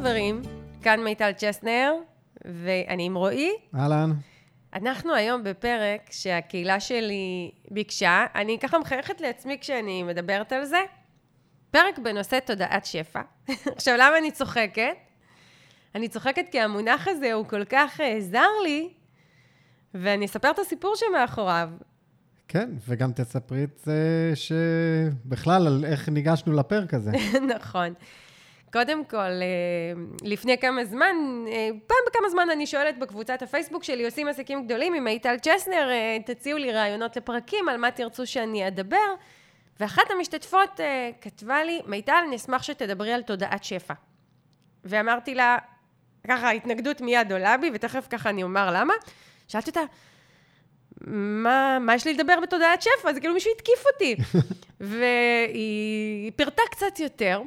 חברים, כאן מיטל צ'סנר, ואני עם רועי. אהלן. אנחנו היום בפרק שהקהילה שלי ביקשה, אני ככה מחייכת לעצמי כשאני מדברת על זה, פרק בנושא תודעת שפע. עכשיו, למה אני צוחקת? אני צוחקת כי המונח הזה הוא כל כך זר לי, ואני אספר את הסיפור שמאחוריו. כן, וגם תספרי את זה שבכלל על איך ניגשנו לפרק הזה. נכון. קודם כל, לפני כמה זמן, פעם בכמה זמן אני שואלת בקבוצת הפייסבוק שלי, עושים עסקים גדולים עם מיטל צ'סנר, תציעו לי רעיונות לפרקים, על מה תרצו שאני אדבר, ואחת המשתתפות כתבה לי, מיטל, נשמח שתדברי על תודעת שפע. ואמרתי לה, ככה, התנגדות מיד עולה בי, ותכף ככה אני אומר למה. שאלתי אותה, מה יש לי לדבר בתודעת שפע? זה כאילו מישהו התקיף אותי. והיא פירטה קצת יותר,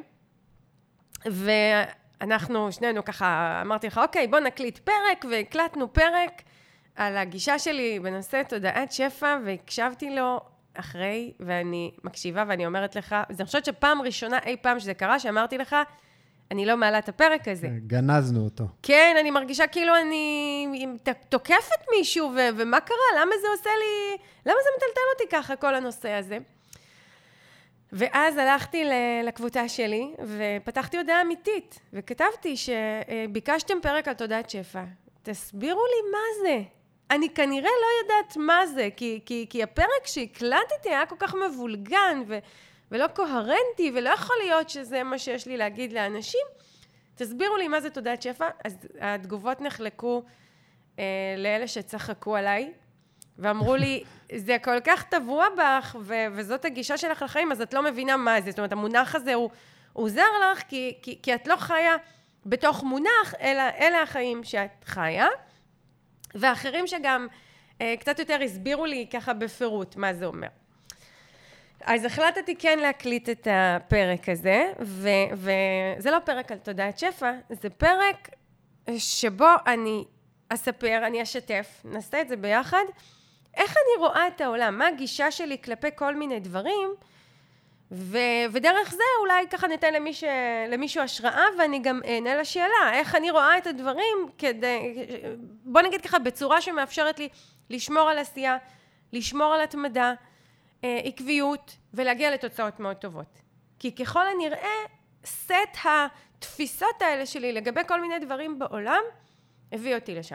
ואנחנו שנינו ככה, אמרתי לך, אוקיי, בוא נקליט פרק, והקלטנו פרק על הגישה שלי בנושא תודעת שפע, והקשבתי לו אחרי, ואני מקשיבה, ואני אומרת לך, אני חושבת שפעם ראשונה אי פעם שזה קרה, שאמרתי לך, אני לא מעלה את הפרק הזה. גנזנו אותו. כן, אני מרגישה כאילו אני תוקפת מישהו, ומה קרה? למה זה עושה לי, למה זה מטלטל אותי ככה, כל הנושא הזה? ואז הלכתי לקבוצה שלי, ופתחתי הודעה אמיתית, וכתבתי שביקשתם פרק על תודעת שפע. תסבירו לי מה זה. אני כנראה לא יודעת מה זה, כי הפרק שהקלטתי היה כל כך מבולגן, ולא קוהרנטי, ולא יכול להיות שזה מה שיש לי להגיד לאנשים. תסבירו לי מה זה תודעת שפע. אז התגובות נחלקו לאלה שצחקו עליי, ואמרו לי, זה כל כך טבוע בך, וזאת הגישה שלך לחיים, אז את לא מבינה מה זה. זאת אומרת, המונח הזה הוא זר לך, כי את לא חיה בתוך מונח, אלא אלה החיים שאת חיה. ואחרים שגם קצת יותר הסבירו לי ככה בפירוט מה זה אומר. אז החלטתי כן להקליט את הפרק הזה, וזה לא פרק על תודעת שפע, זה פרק שבו אני אספר, אני אשתף, נעשה את זה ביחד, איך אני רואה את העולם, מה הגישה שלי כלפי כל מיני דברים, ודרך זה אולי ככה ניתן למישהו השראה, ואני גם אענה לשאלה, איך אני רואה את הדברים, בוא נגיד ככה, בצורה שמאפשרת לי לשמור על עשייה, לשמור על התמדה, עקביות, ולהגיע לתוצאות מאוד טובות. כי ככל הנראה, סט התפיסות האלה שלי לגבי כל מיני דברים בעולם, הביא אותי לשם.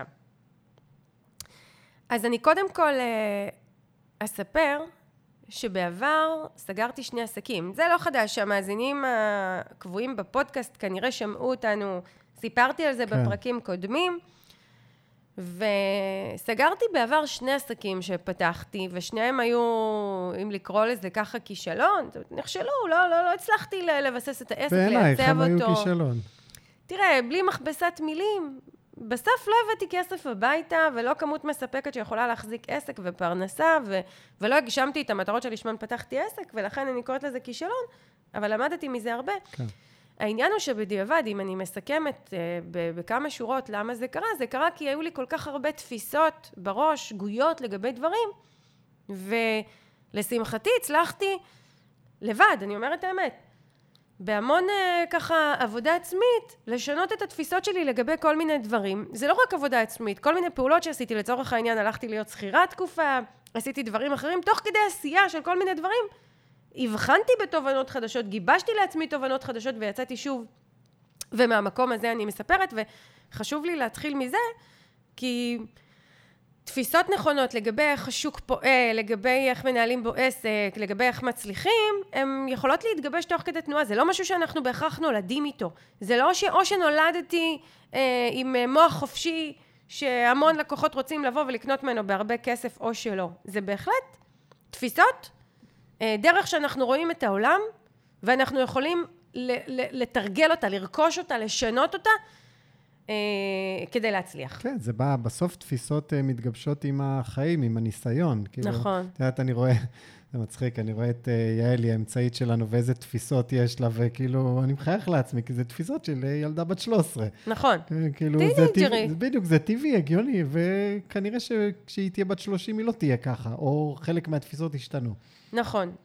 אז אני קודם כל אספר שבעבר סגרתי 2 עסקים. זה לא חדש, המאזינים הקבועים בפודקאסט כנראה שמעו אותנו, סיפרתי על זה בפרקים קודמים, וסגרתי בעבר 2 עסקים שפתחתי, ושניהם היו, אם לקרוא לזה ככה, כישלון, נכשלו, לא הצלחתי לבסס את העסק, בעינייך, לייצב אותו. הם היו כישלון. תראה, בלי מכבסת מילים, בסוף לא הבאתי כסף הביתה, ולא כמות מספקת שיכולה להחזיק עסק ופרנסה, ולא הגשמתי את המטרות שלשמן פתחתי עסק, ולכן אני קוראת לזה כישלון, אבל למדתי מזה הרבה. כן. העניין הוא שבדיעבד, אם אני מסכמת בכמה שורות למה זה קרה, זה קרה כי היו לי כל כך הרבה תפיסות בראש, שגויות לגבי דברים, ולשמחתי הצלחתי לבד, אני אומרת האמת, בהמון ככה עבודה עצמית, לשנות את התפיסות שלי לגבי כל מיני דברים. זה לא רק עבודה עצמית, כל מיני פעולות שעשיתי, לצורך העניין הלכתי להיות שכירה תקופה, עשיתי דברים אחרים, תוך כדי עשייה של כל מיני דברים, הבחנתי בתובנות חדשות, גיבשתי לעצמי תובנות חדשות ויצאתי שוב. ומהמקום הזה אני מספרת, וחשוב לי להתחיל מזה, כי תפיסות נכונות לגבי איך השוק פועל, לגבי איך מנהלים בו עסק, לגבי איך מצליחים, הן יכולות להתגבש תוך כדי תנועה. זה לא משהו שאנחנו בהכרח נולדים איתו. זה לא או שנולדתי עם מוח חופשי, שהמון לקוחות רוצים לבוא ולקנות ממנו בהרבה כסף או שלא. זה בהחלט תפיסות, דרך שאנחנו רואים את העולם, ואנחנו יכולים לתרגל אותה, לרכוש אותה, לשנות אותה, כדי להצליח. כן, זה בא, בסוף תפיסות מתגבשות עם החיים, עם הניסיון. נכון. את יודעת, אני רואה, זה מצחיק, אני רואה את יעלי האמצעית שלנו, ואיזה תפיסות יש לה, וכאילו, אני מחייך לעצמי, כי זה תפיסות של ילדה בת 13. נכון. כאילו, בדיוק, זה טבעי, הגיוני, וכנראה שכשהיא תהיה בת 30, היא לא תהיה ככה, או חלק מהתפיסות השתנו. נכון.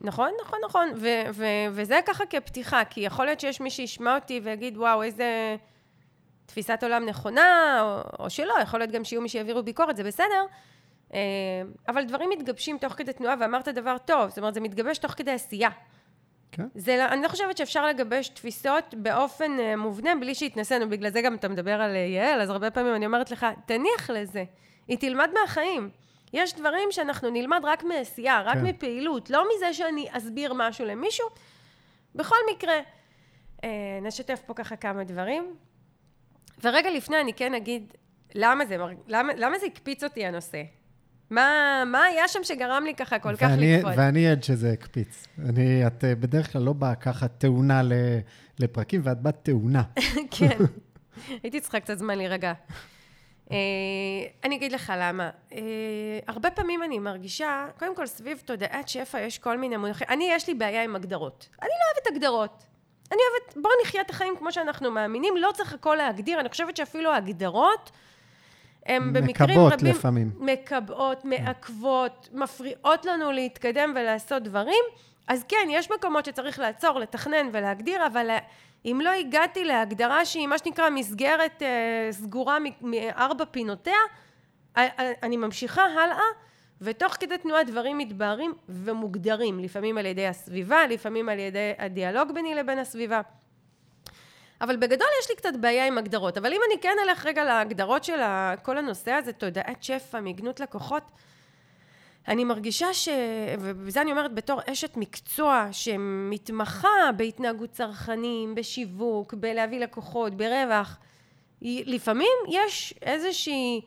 וזה ככה כפתיחה, כי יכול להיות שיש מי שישמע אותי ויגיד, וואו, איזה תפיסת עולם נכונה, או שלא, יכול להיות גם שיהיו מי שיעבירו ביקורת, זה בסדר, אבל דברים מתגבשים תוך כדי תנועה, ואמרת דבר טוב, זאת אומרת, זה מתגבש תוך כדי עשייה. כן. אני לא חושבת שאפשר לגבש תפיסות באופן מובנה, בלי שהתנסינו, בגלל זה גם אתה מדבר על יעל, אז הרבה פעמים אני אומרת לך, תניח לזה, היא תלמד מהחיים. יש דברים שאנחנו נלמד רק מעשייה, רק מפעילות, לא מזה שאני אסביר משהו למישהו. בכל מקרה, נשתף פה ככה כמה דברים. ורגע לפני אני כן אגיד, למה זה הקפיץ אותי הנושא? מה היה שם שגרם לי ככה כל כך לקפוץ? ואני עד שזה הקפיץ. את בדרך כלל לא באה ככה תאונה לפרקים, ואת באת תאונה. כן. הייתי צריכה קצת זמן להירגע. אני אגיד לך למה. הרבה פעמים אני מרגישה, קודם כל סביב תודעת שפע יש כל מיני מונחים. יש לי בעיה עם הגדרות. אני לא אוהבת הגדרות. אני אוהבת, בואו נחיה את החיים כמו שאנחנו מאמינים, לא צריך הכל להגדיר. אני חושבת שאפילו ההגדרות, הם במקרים רבים, לפעמים. מקבעות, מעכבות, מפריעות לנו להתקדם ולעשות דברים. אז כן, יש מקומות שצריך לעצור, לתכנן ולהגדיר, אבל אם לא הגעתי להגדרה שהיא מה שנקרא מסגרת סגורה מארבע פינותיה, אני ממשיכה הלאה, ותוך כדי תנועה דברים מתבהרים ומוגדרים, לפעמים על ידי הסביבה, לפעמים על ידי הדיאלוג ביני לבין הסביבה. אבל בגדול יש לי קצת בעיה עם הגדרות, אבל אם אני כן אלך רגע להגדרות של כל הנושא הזה, תודעת שפע, מגנות לקוחות, אני מרגישה ובזה אני אומרת בתור אשת מקצוע שמתמחה בהתנהגות צרכנים, בשיווק, בלהביא לקוחות, ברווח, לפעמים יש איזושהי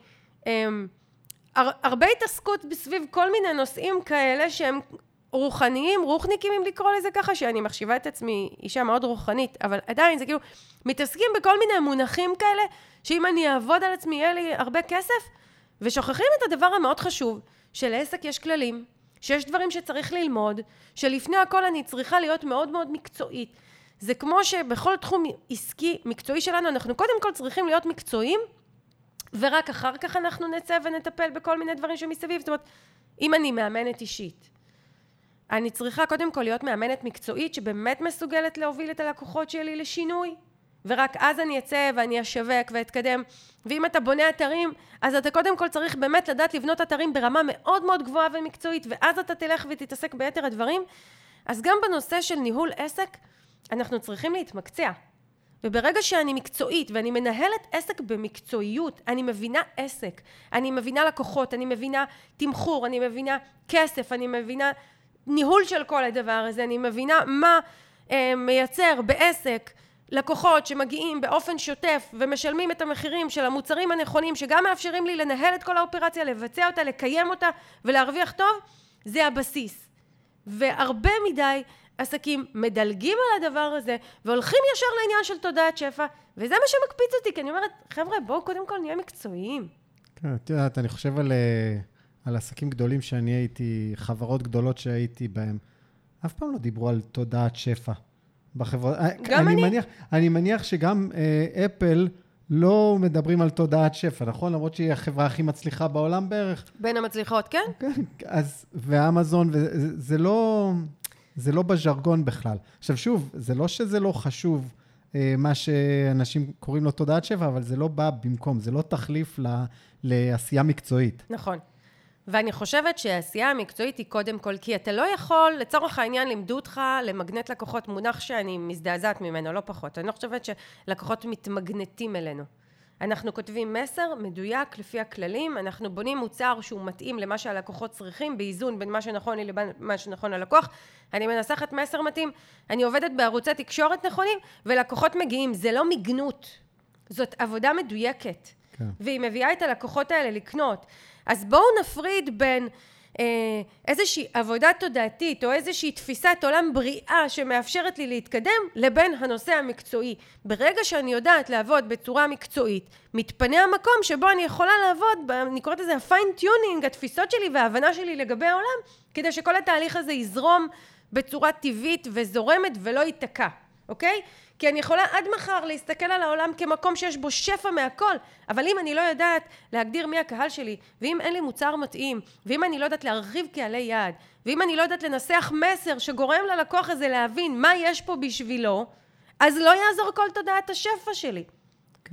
הרבה התעסקות בסביב כל מיני נושאים כאלה שהם רוחניים, רוחניקים אם לקרוא לזה ככה, שאני מחשיבה את עצמי אישה מאוד רוחנית, אבל עדיין זה כאילו, מתעסקים בכל מיני מונחים כאלה, שאם אני אעבוד על עצמי יהיה לי הרבה כסף, ושוכחים את הדבר המאוד חשוב, שלעסק יש כללים, שיש דברים שצריך ללמוד, שלפני הכל אני צריכה להיות מאוד מאוד מקצועית. זה כמו שבכל תחום עסקי מקצועי שלנו, אנחנו קודם כל צריכים להיות מקצועיים, ורק אחר כך אנחנו נצא ונטפל בכל מיני דברים שמסביב. זאת אומרת, אם אני מאמנת אישית, אני צריכה קודם כל להיות מאמנת מקצועית שבאמת מסוגלת להוביל את הלקוחות שלי לשינוי, ורק אז אני אצא ואני אשווק ואתקדם. ואם אתה בונה אתרים, אז אתה קודם כל צריך באמת לדעת לבנות אתרים ברמה מאוד מאוד גבוהה ומקצועית, ואז אתה תלך ותתעסק ביתר הדברים. אז גם בנושא של ניהול עסק, אנחנו צריכים להתמקצע. וברגע שאני מקצועית ואני מנהלת עסק במקצועיות, אני מבינה עסק, אני מבינה לקוחות, אני מבינה תמחור, אני מבינה כסף, אני מבינה ניהול של כל הדבר הזה, אני מבינה מה מייצר בעסק לקוחות שמגיעים באופן שוטף ומשלמים את המחירים של המוצרים הנכונים, שגם מאפשרים לי לנהל את כל האופרציה, לבצע אותה, לקיים אותה ולהרוויח טוב, זה הבסיס. והרבה מדי עסקים מדלגים על הדבר הזה, והולכים ישר לעניין של תודעת שפע, וזה מה שמקפיץ אותי, כי אני אומרת, חבר'ה, בואו קודם כל נהיה מקצועיים. כן, את יודעת, אני חושב על עסקים גדולים שאני הייתי, חברות גדולות שהייתי בהם, אף פעם לא דיברו על תודעת שפע בחברות. גם אני מניח שגם אפל לא מדברים על תודעת שפע, נכון? למרות שהיא החברה הכי מצליחה בעולם בערך. בין המצליחות, כן? כן, אז, ואמזון, זה לא בז'רגון בכלל. עכשיו שוב, זה לא שזה לא חשוב, מה שאנשים קוראים לו תודעת שפע, אבל זה לא בא במקום, זה לא תחליף לעשייה מקצועית. נכון. ואני חושבת שהעשייה המקצועית היא קודם כל, כי אתה לא יכול, לצורך העניין לימדו אותך למגנט לקוחות, מונח שאני מזדעזעת ממנו, לא פחות. אני לא חושבת שלקוחות מתמגנטים אלינו. אנחנו כותבים מסר מדויק לפי הכללים, אנחנו בונים מוצר שהוא מתאים למה שהלקוחות צריכים, באיזון בין מה שנכון לי לבין מה שנכון ללקוח. אני מנסחת מסר מתאים, אני עובדת בערוצי תקשורת נכונים, ולקוחות מגיעים. זה לא מגנות, זאת עבודה מדויקת. כן. והיא מביאה את הלקוחות האלה לקנות. אז בואו נפריד בין איזושהי עבודה תודעתית, או איזושהי תפיסת עולם בריאה שמאפשרת לי להתקדם, לבין הנושא המקצועי. ברגע שאני יודעת לעבוד בצורה מקצועית, מתפנה המקום שבו אני יכולה לעבוד, אני קוראת לזה ה-fine tuning, התפיסות שלי וההבנה שלי לגבי העולם, כדי שכל התהליך הזה יזרום בצורה טבעית וזורמת ולא ייתקע, אוקיי? כי אני יכולה עד מחר להסתכל על העולם כמקום שיש בו שפע מהכל, אבל אם אני לא יודעת להגדיר מי הקהל שלי, ואם אין לי מוצר מתאים, ואם אני לא יודעת להרחיב קהלי יעד, ואם אני לא יודעת לנסח מסר שגורם ללקוח הזה להבין מה יש פה בשבילו, אז לא יעזור כל תודעת השפע שלי. כן.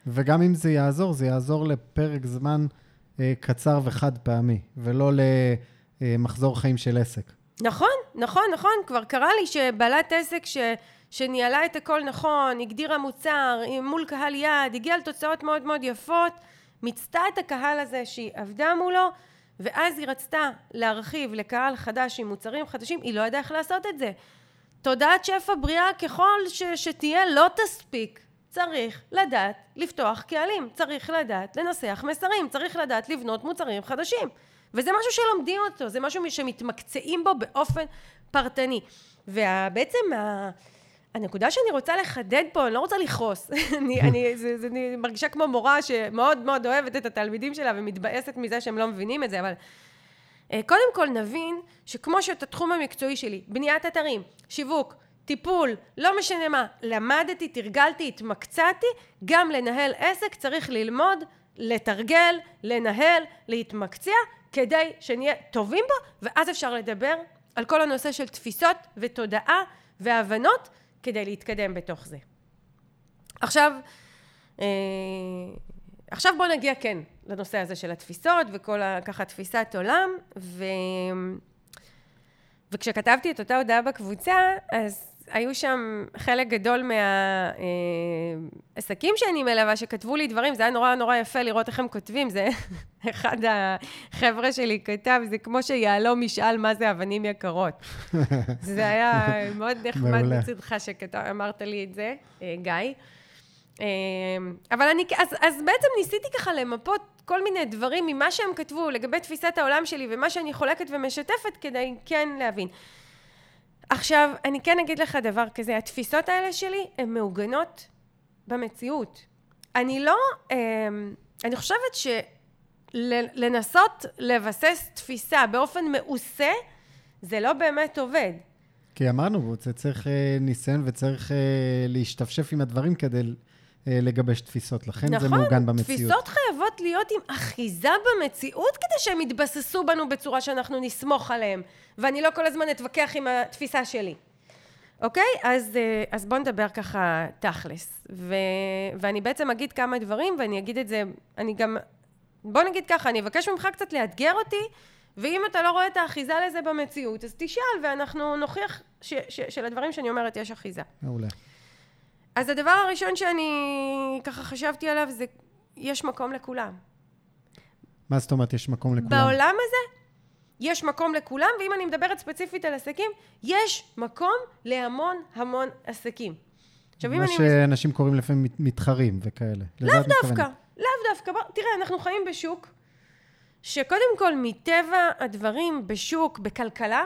וגם אם זה יעזור לפרק זמן קצר וחד פעמי, ולא למחזור חיים של עסק. נכון. כבר קרה לי שבעלת עסק שניהלה את הכל נכון, הגדירה מוצר, מול קהל יעד, הגיעה לתוצאות מאוד מאוד יפות, מצתה את הקהל הזה שהיא עבדה מולו, ואז היא רצתה להרחיב לקהל חדש עם מוצרים חדשים, היא לא ידעה איך לעשות את זה. תודעת שפע בריאה ככל שתהיה לא תספיק. צריך לדעת לפתוח קהלים, צריך לדעת לנסח מסרים, צריך לדעת לבנות מוצרים חדשים. וזה משהו שלומדים אותו, זה משהו שמתמקצעים בו באופן פרטני. ובעצם הנקודה שאני רוצה לחדד פה, אני לא רוצה לכעוס. אני מרגישה כמו מורה שמאוד מאוד אוהבת את התלמידים שלה ומתבאסת מזה שהם לא מבינים את זה, אבל קודם כל נבין שכמו שאת התחום המקצועי שלי, בניית אתרים, שיווק, טיפול, לא משנה מה, למדתי, תרגלתי, התמקצעתי, גם לנהל עסק צריך ללמוד, לתרגל, לנהל, להתמקצע, כדי שנהיה טובים בו, ואז אפשר לדבר על כל הנושא של תפיסות ותודעה והבנות, כדי להתקדם בתוך זה. עכשיו בוא נגיע כן לנושא הזה של התפיסות, וכל ככה תפיסת עולם, וכשכתבתי את אותה הודעה בקבוצה, אז היו שם חלק גדול מהעסקים שאני מלווה, שכתבו לי דברים, זה היה נורא נורא יפה לראות איך הם כותבים, זה אחד החבר'ה שלי כתב, זה כמו שיעלום ישאל מה זה אבנים יקרות. זה היה מאוד נחמד מצדך שאמרת לי את זה, גיא. אבל אז בעצם ניסיתי ככה למפות כל מיני דברים ממה שהם כתבו לגבי תפיסת העולם שלי ומה שאני חולקת ומשתפת כדי כן להבין. עכשיו, אני כן אגיד לך דבר כזה, התפיסות האלה שלי הן מעוגנות במציאות. אני חושבת שלנסות לבסס תפיסה באופן מעושה, זה לא באמת עובד. כי אמרנו, זה צריך ניסיון וצריך להשתפשף עם הדברים כדי לגבש תפיסות, לכן זה מעוגן במציאות. נכון, תפיסות חייבות להיות עם אחיזה במציאות, כדי שהם יתבססו בנו בצורה שאנחנו נסמוך עליהם, ואני לא כל הזמן אתווכח עם התפיסה שלי. אוקיי? אז בוא נדבר ככה תכלס, ואני בעצם אגיד כמה דברים, ואני אגיד את זה, בוא נגיד ככה, אני אבקש ממך קצת לאתגר אותי, ואם אתה לא רואה את האחיזה לזה במציאות, אז תשאל, ואנחנו נוכיח שלדברים שאני אומרת יש אחיזה. מעולה. אז הדבר הראשון שאני ככה חשבתי עליו זה, יש מקום לכולם. מה זאת אומרת יש מקום לכולם? בעולם הזה יש מקום לכולם, ואם אני מדברת ספציפית על עסקים, יש מקום להמון עסקים. מה שאנשים קוראים לפעמים מתחרים וכאלה. לאו דווקא. תראה, אנחנו חיים בשוק, שקודם כל מטבע הדברים בשוק, בכלכלה,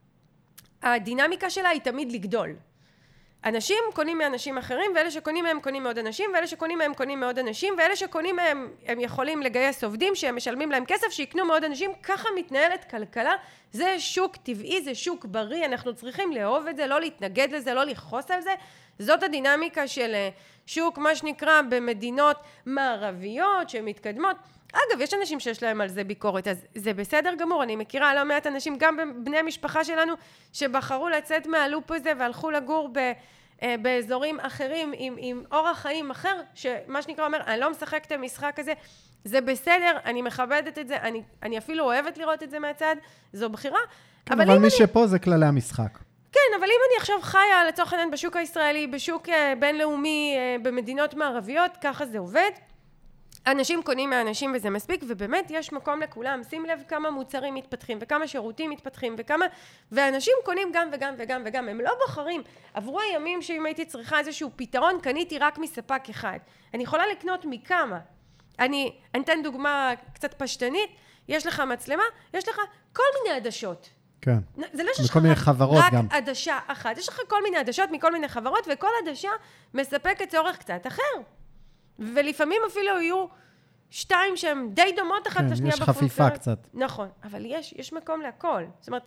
הדינמיקה שלה היא תמיד לגדול. אנשים קונים מאנשים אחרים, ואלה שקונים מהם קונים מעוד אנשים, ואלה שקונים מהם קונים מעוד אנשים, ואלה שקונים מהם הם יכולים לגייס עובדים שהם משלמים להם כסף, שיקנו מעוד אנשים. ככה מתנהלת כלכלה. זה שוק טבעי, זה שוק בריא, אנחנו צריכים לאהוב את זה, לא להתנגד לזה, לא לכעוס על זה. זאת הדינמיקה של שוק, מה שנקרא, במדינות מערביות שמתקדמות. אגב, יש אנשים שיש להם על זה ביקורת, אז זה בסדר גמור. אני מכירה לא מעט אנשים, גם בני המשפחה שלנו, שבחרו לצאת מהלופ הזה והלכו לגור באזורים אחרים עם אורח חיים אחר, שמה שנקרא אומר, אני לא משחקת המשחק הזה, זה בסדר, אני מכבדת את זה, אני אפילו אוהבת לראות את זה מהצד, זו בחירה. כן, אבל מי שפה זה כללי המשחק. כן, אבל אם אני עכשיו חיה לצורך העניין בשוק הישראלי, בשוק בינלאומי, במדינות מערביות, ככה זה עובד. אנשים קונים מהאנשים וזה מספיק, ובאמת יש מקום לכולם. שים לב כמה מוצרים מתפתחים, וכמה שירותים מתפתחים, ואנשים קונים גם וגם. הם לא בוחרים. עברו הימים שאם הייתי צריכה איזשהו פתרון, קניתי רק מספק אחד. אני יכולה לקנות מכמה. אני אתן דוגמה קצת פשטנית. יש לך מצלמה, יש לך כל מיני עדשות. כן. זה לא שיש לך רק עדשה אחת. יש לך כל מיני עדשות מכל מיני חברות, וכל עדשה מספקת צורך קצת אחר. ולפעמים אפילו יהיו 2 שהן די דומות אחת לשנייה בפונקציה. יש חפיפה קצת. נכון, אבל יש מקום להכל. זאת אומרת,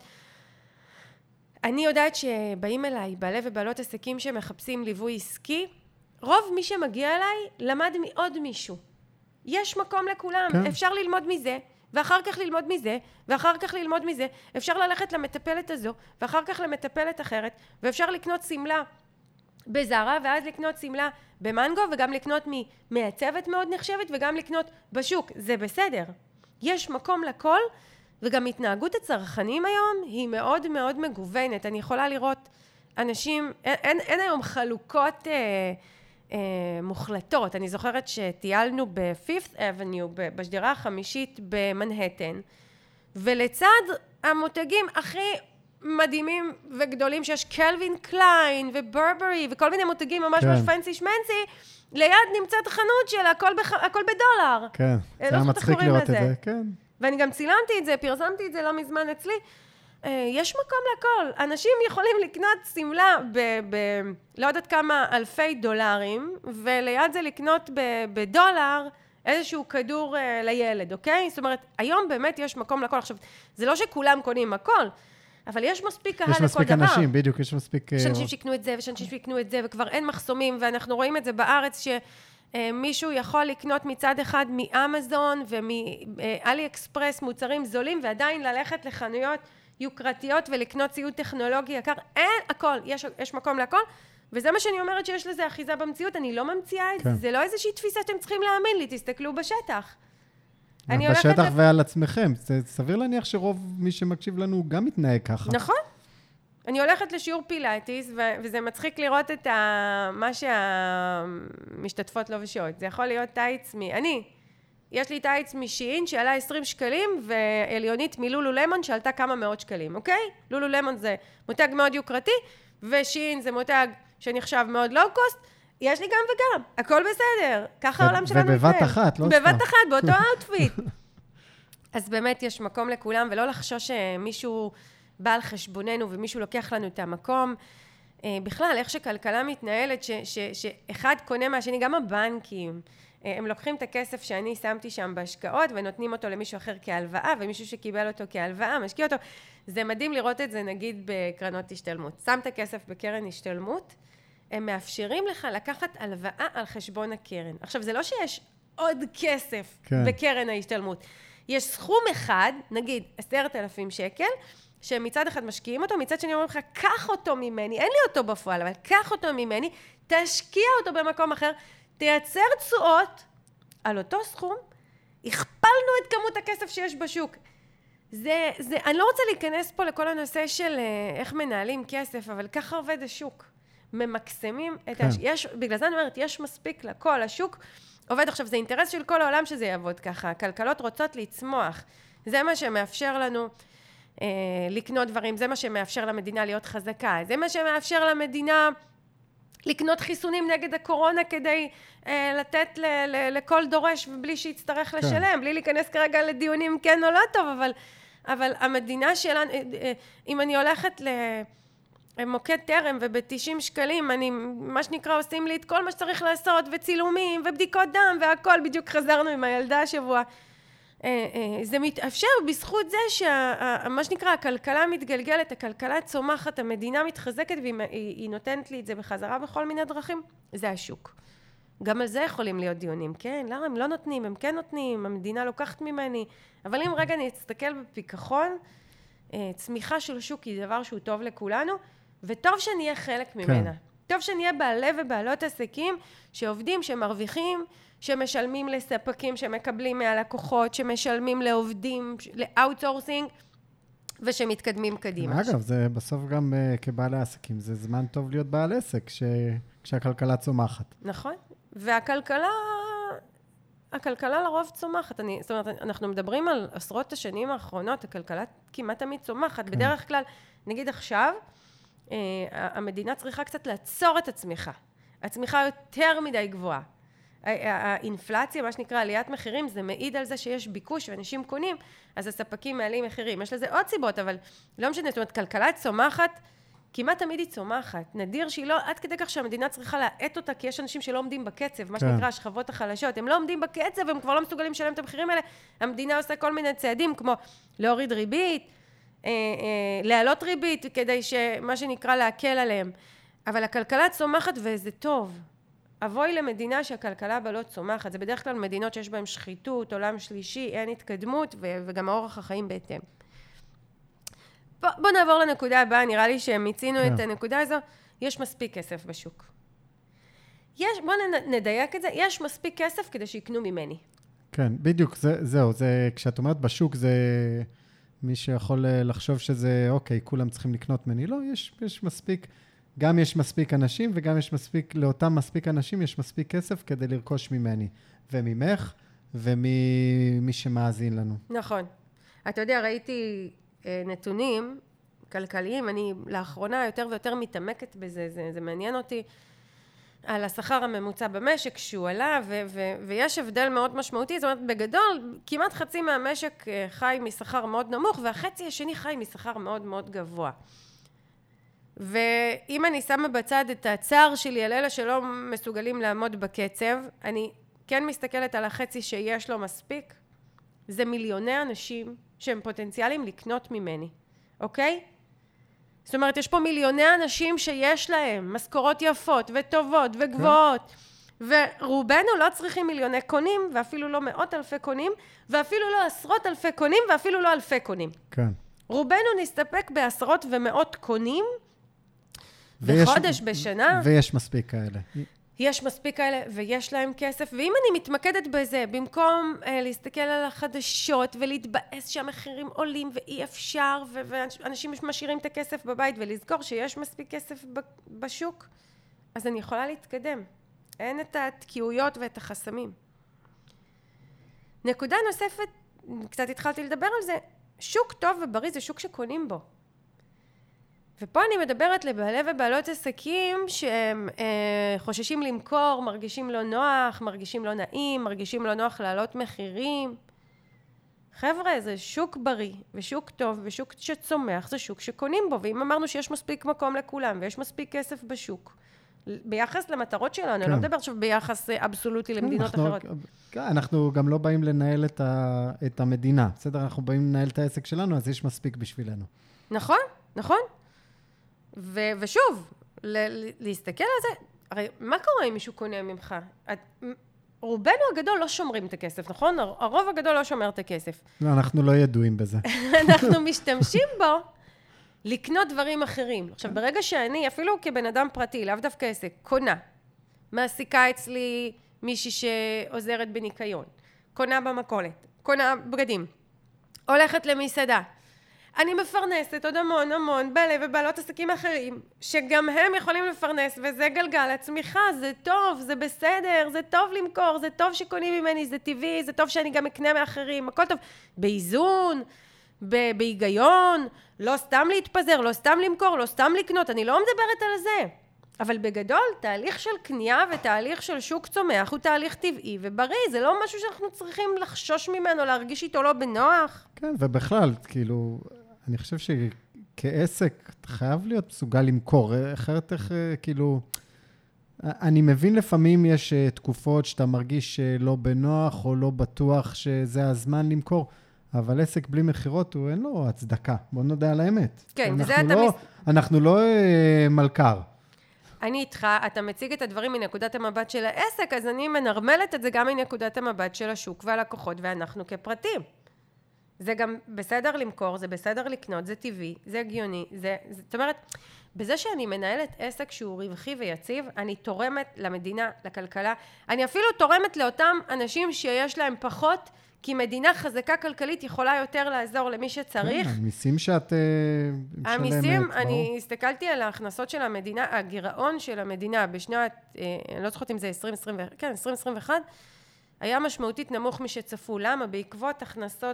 אני יודעת שבאים אליי בעלי ובעלות עסקים שמחפשים ליווי עסקי, רוב מי שמגיע אליי למד מעוד מישהו. יש מקום לכולם, כן. אפשר ללמוד מזה, ואחר כך ללמוד מזה, ואחר כך ללמוד מזה. אפשר ללכת למטפלת הזו, ואחר כך למטפלת אחרת, ואפשר לקנות סמלה בזרה, ואז לקנות סמלה במנגו, וגם לקנות ממעצבת מאוד נחשבת, וגם לקנות בשוק. זה בסדר. יש מקום לכל, וגם התנהגות הצרכנים היום היא מאוד מאוד מגוונת. אני יכולה לראות אנשים, אין היום חלוקות מוחלטות. אני זוכרת שטיילנו ב-Fifth Avenue, בשדרה החמישית במנהטן, ולצד המותגים הכי מדהימים וגדולים שיש קלווין קליין וברברי וכל מיני מותגים ממש ממש פנסי שמנסי, ליד נמצאת חנות של הכל בדולר. כן, זה היה מצחיק לראות את זה, כן. ואני גם צילמתי את זה, פרסמתי את זה לא מזמן אצלי. יש מקום לכל. אנשים יכולים לקנות סמלה לא יודעת כמה אלפי דולרים, וליד זה לקנות בדולר איזשהו כדור לילד, אוקיי? זאת אומרת, היום באמת יש מקום לכל. עכשיו, זה לא שכולם קונים הכל, אבל יש מספיק קהל לכל דבר. יש מספיק אנשים, בדיוק, יש מספיק... יש אנשים שיקנו את זה, ויש אנשים שיקנו את זה, וכבר אין מחסומים, ואנחנו רואים את זה בארץ שמישהו יכול לקנות מצד אחד מאמזון ומאלי אקספרס מוצרים זולים, ועדיין ללכת לחנויות יוקרתיות ולקנות ציוד טכנולוגי יקר. אין הכל, יש מקום לכל, וזה מה שאני אומרת שיש לזה אחיזה במציאות. אני לא ממציאה את זה, זה לא איזושהי תפיסה שאתם צריכים להאמין לי, תסתכלו בשטח. בשטח ועל עצמכם. סביר להניח שרוב מי שמקשיב לנו גם מתנהג ככה. נכון. אני הולכת לשיעור פילאטיס, וזה מצחיק לראות את מה שהמשתתפות לובשות. זה יכול להיות טייץ יש לי טייץ משין שעלה 20 שקלים, ועליונית מלולו למון שעלתה כמה מאות שקלים, אוקיי? לולו למון זה מותג מאוד יוקרתי, ושין זה מותג שנחשב מאוד לואו-קוסט. יש לי גם וגם, הכל בסדר. ככה העולם שלנו מתנהל. ובבת אחת, לא סתם. בבת אחת, באותו אאוטפיט. אז באמת יש מקום לכולם, ולא לחשוש שמישהו בא על חשבוננו, ומישהו לוקח לנו את המקום. בכלל, איך שכלכלה מתנהלת, שאחד קונה מהשני, גם הבנקים, הם לוקחים את הכסף שאני שמתי שם בהשקעות, ונותנים אותו למישהו אחר כהלוואה, ומישהו שקיבל אותו כהלוואה, משקיע אותו. זה מדהים לראות את זה, נגיד, בקרנות השתלמות. שמת כסף בקרן השתלמות, הם מאפשרים לך לקחת הלוואה על חשבון הקרן. עכשיו, זה לא שיש עוד כסף בקרן ההשתלמות. יש סכום אחד, נגיד 10,000 שקל, שמצד אחד משקיעים אותו, מצד שני אומרים לך, קח אותו ממני, אין לי אותו בפועל, אבל קח אותו ממני, תשקיע אותו במקום אחר, תייצר תשואות על אותו סכום, הכפלנו את כמות הכסף שיש בשוק. אני לא רוצה להיכנס פה לכל הנושא של איך מנהלים כסף, אבל ככה עובד השוק. ממקסמים את בגלל זה אני אומרת, יש מספיק לכל, השוק עובד. עכשיו, זה אינטרס של כל העולם שזה יעבוד ככה. הכלכלות רוצות לצמוח. זה מה שמאפשר לנו לקנות דברים, זה מה שמאפשר למדינה להיות חזקה, זה מה שמאפשר למדינה לקנות חיסונים נגד הקורונה כדי לתת לכל דורש ובלי שיצטרך לשלם, בלי להיכנס כרגע לדיונים כן או לא טוב, אבל המדינה שלנו, אם אני הולכת למוקד טרם וב-90 שקלים, אני מה שנקרא עושים לי את כל מה שצריך לעשות, וצילומים ובדיקות דם והכל, בדיוק חזרנו עם הילדה השבוע. זה מתאפשר בזכות זה שמה שנקרא הכלכלה מתגלגלת, הכלכלה צומחת, המדינה מתחזקת והיא נותנת לי את זה בחזרה בכל מיני דרכים. זה השוק. גם על זה יכולים להיות דיונים, כן? למה הם לא נותנים, הם כן נותנים, המדינה לוקחת ממני. אבל אם רגע נסתכל בפיקחון, צמיחה של שוק היא דבר שהוא טוב לכולנו, וטוב שנהיה חלק ממנה. טוב שנהיה בעלי ובעלות עסקים שעובדים, שמרוויחים, שמשלמים לספקים, שמקבלים מהלקוחות, שמשלמים לעובדים, לאוטסורסינג, ושמתקדמים קדימה. אגב, זה בסוף גם כבעלי עסקים, זה זמן טוב להיות בעל עסק, כשהכלכלה צומחת. נכון, והכלכלה לרוב צומחת. זאת אומרת, אנחנו מדברים על עשרות השנים האחרונות, הכלכלה כמעט תמיד צומחת. בדרך כלל, נגיד עכשיו, המדינה צריכה קצת לעצור את הצמיחה. הצמיחה יותר מדי גבוהה. האינפלציה, מה שנקרא עליית מחירים, זה מעיד על זה שיש ביקוש ואנשים קונים, אז הספקים מעלים מחירים. יש לזה עוד סיבות, אבל לא משנה, זאת אומרת, כלכלה צומחת, כמעט תמיד היא צומחת. נדיר שהיא לא, עד כדי כך שהמדינה צריכה להאט אותה, כי יש אנשים שלא עומדים בקצב, מה שנקרא השכבות החלשות, הם לא עומדים בקצב, הם כבר לא מסוגלים לשלם את המחירים האלה. המדינה עושה כל מיני צעדים, כמו להוריד ריבית, להעלות ריבית, כדי שמה שנקרא להקל עליהם. אבל הכלכלה צומחת וזה טוב. אבוי למדינה שהכלכלה בה לא צומחת. זה בדרך כלל מדינות שיש בהן שחיתות, עולם שלישי, אין התקדמות, וגם האורח החיים בהתאם. בוא נעבור לנקודה הבאה, נראה לי שמיצינו את הנקודה הזו. יש מספיק כסף בשוק. בואו נדייק את זה, יש מספיק כסף כדי שיקנו ממני. כן, בדיוק, זהו, כשאת אומרת בשוק, זה מי שיכול לחשוב שזה, אוקיי, כולם צריכים לקנות ממני. לא, יש מספיק, גם יש מספיק אנשים, וגם יש מספיק, לאותם מספיק אנשים, יש מספיק כסף כדי לרכוש ממני, וממך, ומי שמאזין לנו. נכון. אתה יודע, ראיתי נתונים כלכליים, אני לאחרונה יותר ויותר מתעמקת בזה, זה מעניין אותי, על השכר הממוצע במשק שהוא עלה, ויש הבדל מאוד משמעותי, זאת אומרת, בגדול, כמעט חצי מהמשק חי משכר מאוד נמוך, והחצי השני חי משכר מאוד מאוד גבוה. ואם אני שמה בצד את הצער שלי על אלה שלא מסוגלים לעמוד בקצב, אני כן מסתכלת על החצי שיש לו מספיק, זה מיליוני אנשים שהם פוטנציאליים לקנות ממני, אוקיי? זאת אומרת, יש פה מיליוני אנשים שיש להם משכורות יפות וטובות וגבוהות, ורובנו לא צריכים מיליוני קונים, ואפילו לא מאות אלפי קונים, ואפילו לא עשרות אלפי קונים, ואפילו לא אלפי קונים. כן. רובנו נסתפק בעשרות ומאות קונים, בחודש, בשנה. ויש מספיק כאלה. יש מספיק כאלה, ויש להם כסף, ואם אני מתמקדת בזה, במקום להסתכל על החדשות, ולהתבאס שהמחירים עולים, ואי אפשר, ואנשים משאירים את הכסף בבית, ולזכור שיש מספיק כסף בשוק, אז אני יכולה להתקדם. אין את התקיעויות ואת החסמים. נקודה נוספת, קצת התחלתי לדבר על זה, שוק טוב ובריא זה שוק שקונים בו. ופה אני מדברת לבעלי ובעלות עסקים שהם חוששים למכור, מרגישים לא נוח, מרגישים לא נעים, מרגישים לא נוח להעלות מחירים. חבר'ה, זה שוק בריא ושוק טוב ושוק שצומח, זה שוק שקונים בו. ואם אמרנו שיש מספיק מקום לכולם ויש מספיק כסף בשוק, ביחס למטרות שלנו, אני לא מדבר עכשיו ביחס אבסולוטי למדינות אחרות. אנחנו גם לא באים לנהל את המדינה, בסדר? אנחנו באים לנהל את העסק שלנו, אז יש מספיק בשבילנו. נכון, נכון. ושוב, להסתכל על זה, הרי מה קורה אם מישהו קונה ממך? רובנו הגדול לא שומרים את הכסף, נכון? הרוב הגדול לא שומר את הכסף. לא, אנחנו לא ידועים בזה. אנחנו משתמשים בו לקנות דברים אחרים. עכשיו, ברגע שאני, אפילו כבן אדם פרטי, לאו דווקא עסק, קונה, מעסיקה אצלי מישהי שעוזרת בניקיון, קונה במכולת, קונה בגדים, הולכת למסעדה, אני מפרנסת עוד המון בעלי ובעלות עסקים אחרים, שגם הם יכולים לפרנס, וזה גלגל הצמיחה, זה טוב, זה בסדר, זה טוב למכור, זה טוב שקונים ממני, זה טבעי, זה טוב שאני גם אקנה מאחרים, הכל טוב, באיזון, בהיגיון, לא סתם להתפזר, לא סתם למכור, לא סתם לקנות, אני לא מדברת על זה. אבל בגדול, תהליך של קנייה ותהליך של שוק צומח הוא תהליך טבעי ובריא, זה לא משהו שאנחנו צריכים לחשוש ממנו, להרגיש איתו לא בנוח. כן, ובכלל, כאילו, אני חושב שכעסק אתה חייב להיות מסוגל למכור, אחרת איך, כאילו, אני מבין לפעמים יש תקופות שאתה מרגיש לא בנוח או לא בטוח שזה הזמן למכור, אבל עסק בלי מחירות הוא אין לו הצדקה, בוא נודע על האמת. כן, וזה אנחנו לא מלכר. אני איתך, אתה מציג את הדברים מנקודת המבט של העסק, אז אני מנרמלת את זה גם מנקודת המבט של השוק והלקוחות, ואנחנו כפרטים. זה גם בסדר למכור, זה בסדר לקנות, זה טבעי, זה הגיוני, זאת אומרת, בזה שאני מנהלת עסק שהוא רווחי ויציב, אני תורמת למדינה, לכלכלה, אני אפילו תורמת לאותם אנשים שיש להם פחות, כי מדינה חזקה כלכלית יכולה יותר לעזור למי שצריך. כן, המיסים שאת משלמת. המיסים, אני הסתכלתי על ההכנסות של המדינה, הגירעון של המדינה בשנת, אני לא זוכרת אם זה 2021, היה משמעותית נמוך משצפו. למה? בעקבות הכנסות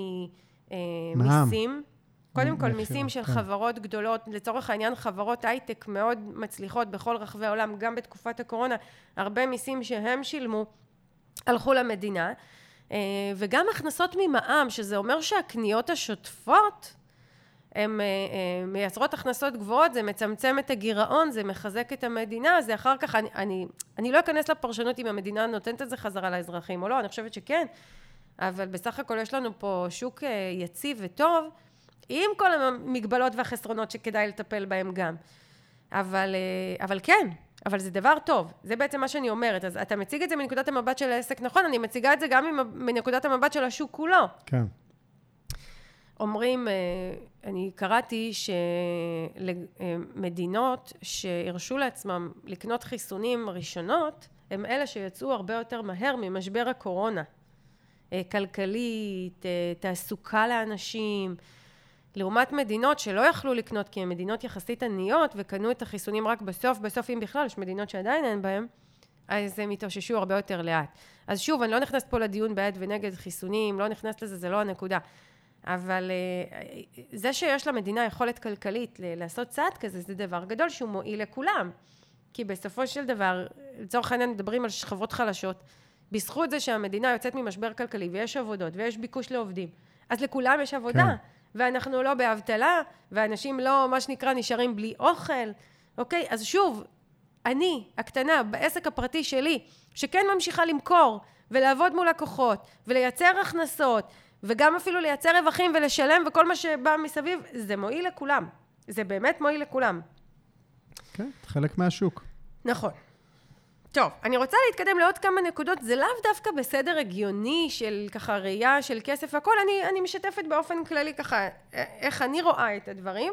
ממיסים, קודם כל מיסים של חברות גדולות, לצורך העניין חברות הייטק מאוד מצליחות בכל רחבי העולם, גם בתקופת הקורונה, הרבה מיסים שהם שילמו, הלכו למדינה, וגם הכנסות ממע"מ, שזה אומר שהקניות השוטפות, הן מייצרות הכנסות גבוהות, זה מצמצם את הגירעון, זה מחזק את המדינה, זה אחר כך, אני לא אכנס לפרשנות אם המדינה נותנת את זה חזרה לאזרחים או לא, אני חושבת שכן, אבל בסך הכל יש לנו פה שוק יציב וטוב, עם כל המגבלות והחסרונות שכדאי לטפל בהם גם. אבל כן, אבל זה דבר טוב, זה בעצם מה שאני אומרת, אז אתה מציג את זה מנקודת המבט של העסק, נכון, אני מציגה את זה גם מנקודת המבט של השוק כולו. כן. אומרים, אני קראתי שמדינות שהרשו לעצמם לקנות חיסונים ראשונות, הם אלה שיצאו הרבה יותר מהר ממשבר הקורונה. כלכלית, תעסוקה לאנשים, לעומת מדינות שלא יכלו לקנות, כי הן מדינות יחסית עניות, וקנו את החיסונים רק בסוף אם בכלל, יש מדינות שעדיין אין בהן, אז הם התאוששו הרבה יותר לאט. אז שוב, אני לא נכנסת פה לדיון בעד ונגד חיסונים, לא נכנסת לזה, זה לא הנקודה. אבל זה שיש למדינה יכולת כלכלית לעשות צעד כזה, זה דבר גדול שהוא מועיל לכולם. כי בסופו של דבר, לצורך העניין מדברים על שכבות חלשות, בזכות זה שהמדינה יוצאת ממשבר כלכלי, ויש עבודות, ויש ביקוש לעובדים, אז לכולם יש עבודה. כן. ואנחנו לא באבטלה, ואנשים לא, מה שנקרא, נשארים בלי אוכל. אוקיי? אז שוב, אני, הקטנה, בעסק הפרטי שלי, שכן ממשיכה למכור, ולעבוד מול לקוחות, ולייצר הכנסות, וגם אפילו לייצר רווחים ולשלם, וכל מה שבא מסביב, זה מועיל לכולם. זה באמת מועיל לכולם. כן, חלק מהשוק. נכון. טוב, אני רוצה להתקדם לעוד כמה נקודות, זה לאו דווקא בסדר הגיוני של ככה ראייה של כסף והכל, אני משתפת באופן כללי ככה איך אני רואה את הדברים.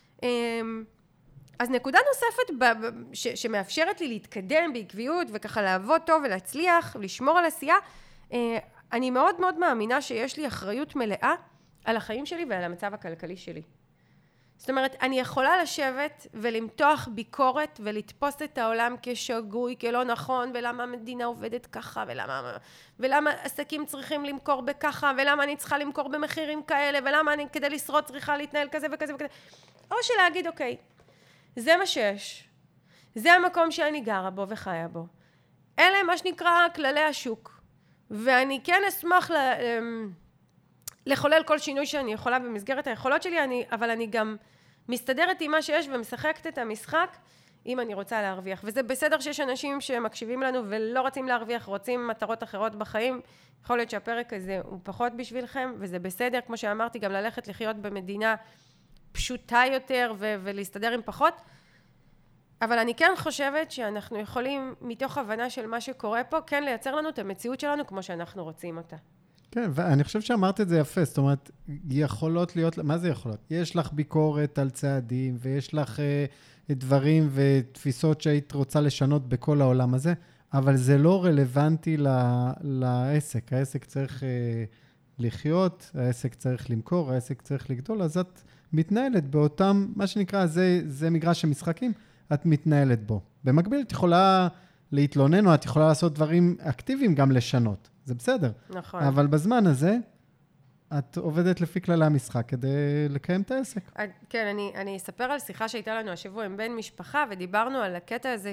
אז נקודה נוספת שמאפשרת לי להתקדם בעקביות וככה לעבוד טוב ולהצליח, לשמור על עשייה, אני מאוד מאוד מאמינה שיש לי אחריות מלאה על החיים שלי ועל המצב הכלכלי שלי. זאת אומרת, אני יכולה לשבת ולמתוח ביקורת ולתפוס את העולם כשגוי, כלא נכון, ולמה המדינה עובדת ככה, ולמה עסקים צריכים למכור בככה, ולמה אני צריכה למכור במחירים כאלה, ולמה אני כדי לשרוד צריכה להתנהל כזה וכזה וכזה. או שלהגיד, אוקיי, זה מה שיש, זה המקום שאני גרה בו וחיה בו. אלה מה שנקרא כללי השוק, ואני כן אשמח לחולל כל שינוי שאני יכולה במסגרת היכולות שלי, אבל אני גם מסתדרת עם מה שיש ומשחקת את המשחק אם אני רוצה להרוויח. וזה בסדר שיש אנשים שמקשיבים לנו ולא רוצים להרוויח, רוצים מטרות אחרות בחיים. יכול להיות שהפרק הזה הוא פחות בשבילכם, וזה בסדר, כמו שאמרתי, גם ללכת לחיות במדינה פשוטה יותר ולהסתדר עם פחות. אבל אני כן חושבת שאנחנו יכולים, מתוך הבנה של מה שקורה פה, כן לייצר לנו את המציאות שלנו כמו שאנחנו רוצים אותה. כן, ואני חושב שאמרת את זה יפה, זאת אומרת, יכולות להיות, מה זה יכולות? יש לך ביקורת על צעדים, ויש לך דברים ותפיסות שהיית רוצה לשנות בכל העולם הזה, אבל זה לא רלוונטי לעסק. העסק צריך לחיות, העסק צריך למכור, העסק צריך לגדול, אז את מתנהלת באותם, מה שנקרא, זה מגרש המשחקים, את מתנהלת בו. במקביל, את יכולה להתלונן, או את יכולה לעשות דברים אקטיביים גם לשנות. זה בסדר. נכון. אבל בזמן הזה, את עובדת לפי כללי המשחק כדי לקיים את העסק. כן, אני אספר על שיחה שהייתה לנו השבוע עם בן משפחה, ודיברנו על הקטע הזה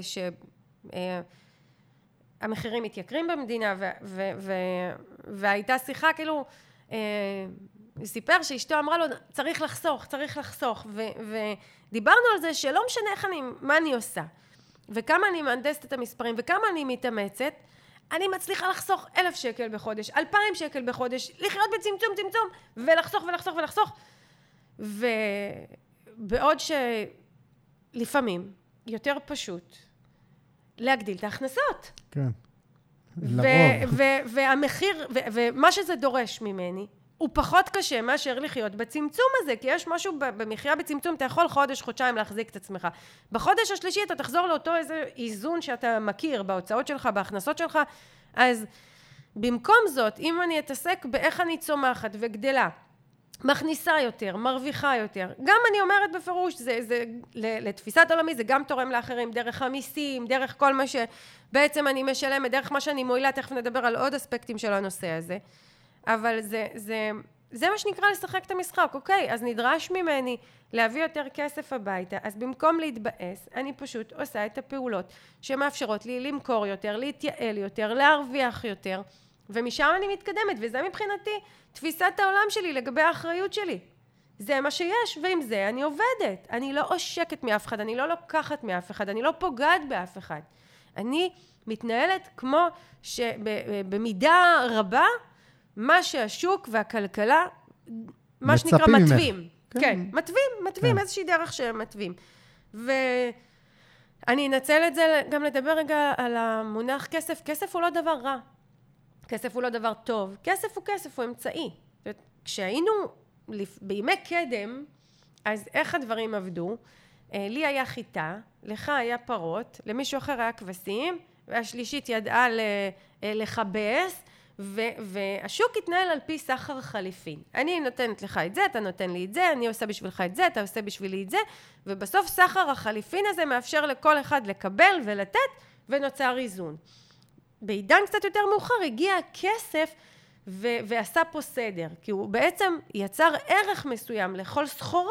שהמחירים מתייקרים במדינה, והייתה שיחה כאילו, סיפר שאשתו אמרה לו, צריך לחסוך, ודיברנו על זה שלא משנה מה אני עושה, וכמה אני מהנדסת את המספרים, וכמה אני מתאמצת, אני מצליחה לחסוך 1,000 שקל בחודש, 2,000 שקל בחודש, לחיות בצמצום, ולחסוך. ובעוד שלפעמים יותר פשוט להגדיל את ההכנסות. כן, לרוב. והמחיר, ומה שזה דורש ממני, הוא פחות קשה מאשר לחיות בצמצום הזה, כי יש משהו במחיה בצמצום, אתה יכול חודש, חודשיים להחזיק את עצמך. בחודש השלישי אתה תחזור לאותו איזה איזון שאתה מכיר בהוצאות שלך, בהכנסות שלך, אז במקום זאת, אם אני אתעסק באיך אני צומחת וגדלה, מכניסה יותר, מרוויחה יותר, גם אני אומרת בפירוש, זה לתפיסת עולמי, זה גם תורם לאחרים, דרך המיסים, דרך כל מה שבעצם אני משלמת, דרך מה שאני מועילה, תכף נדבר על עוד אספקטים של הנושא הזה. אבל זה מה שנקרא לשחק את המשחק, אוקיי? אז נדרש ממני להביא יותר כסף הביתה, אז במקום להתבאס, אני פשוט עושה את הפעולות שמאפשרות לי למכור יותר, להתייעל יותר, להרוויח יותר, ומשם אני מתקדמת, וזה מבחינתי תפיסת העולם שלי לגבי האחריות שלי. זה מה שיש, ועם זה אני עובדת. אני לא עושקת מאף אחד, אני לא לוקחת מאף אחד, אני לא פוגעת באף אחד. אני מתנהלת כמו שבמידה רבה, מה שהשוק והכלכלה, מה שנקרא מתווים. כן, מתווים, איזושהי דרך שהם מתווים. ואני אנצל את זה גם לדבר רגע על המונח כסף. כסף הוא לא דבר רע. כסף הוא לא דבר טוב. כסף הוא אמצעי. כשהיינו בימי קדם, אז איך הדברים עבדו? לי היה חיטה, לך היה פרות, למישהו אחר היה כבשים, והשלישית ידעה לחבס, והשוק התנהל על פי סחר חליפין. אני נותנת לך את זה, אתה נותן לי את זה, אני עושה בשבילך את זה, אתה עושה בשבילי את זה, ובסוף סחר החליפין הזה מאפשר לכל אחד לקבל ולתת, ונוצר איזון. בעידן קצת יותר מאוחר הגיע הכסף ועשה פה סדר, כי הוא בעצם יצר ערך מסוים לכל סחורה,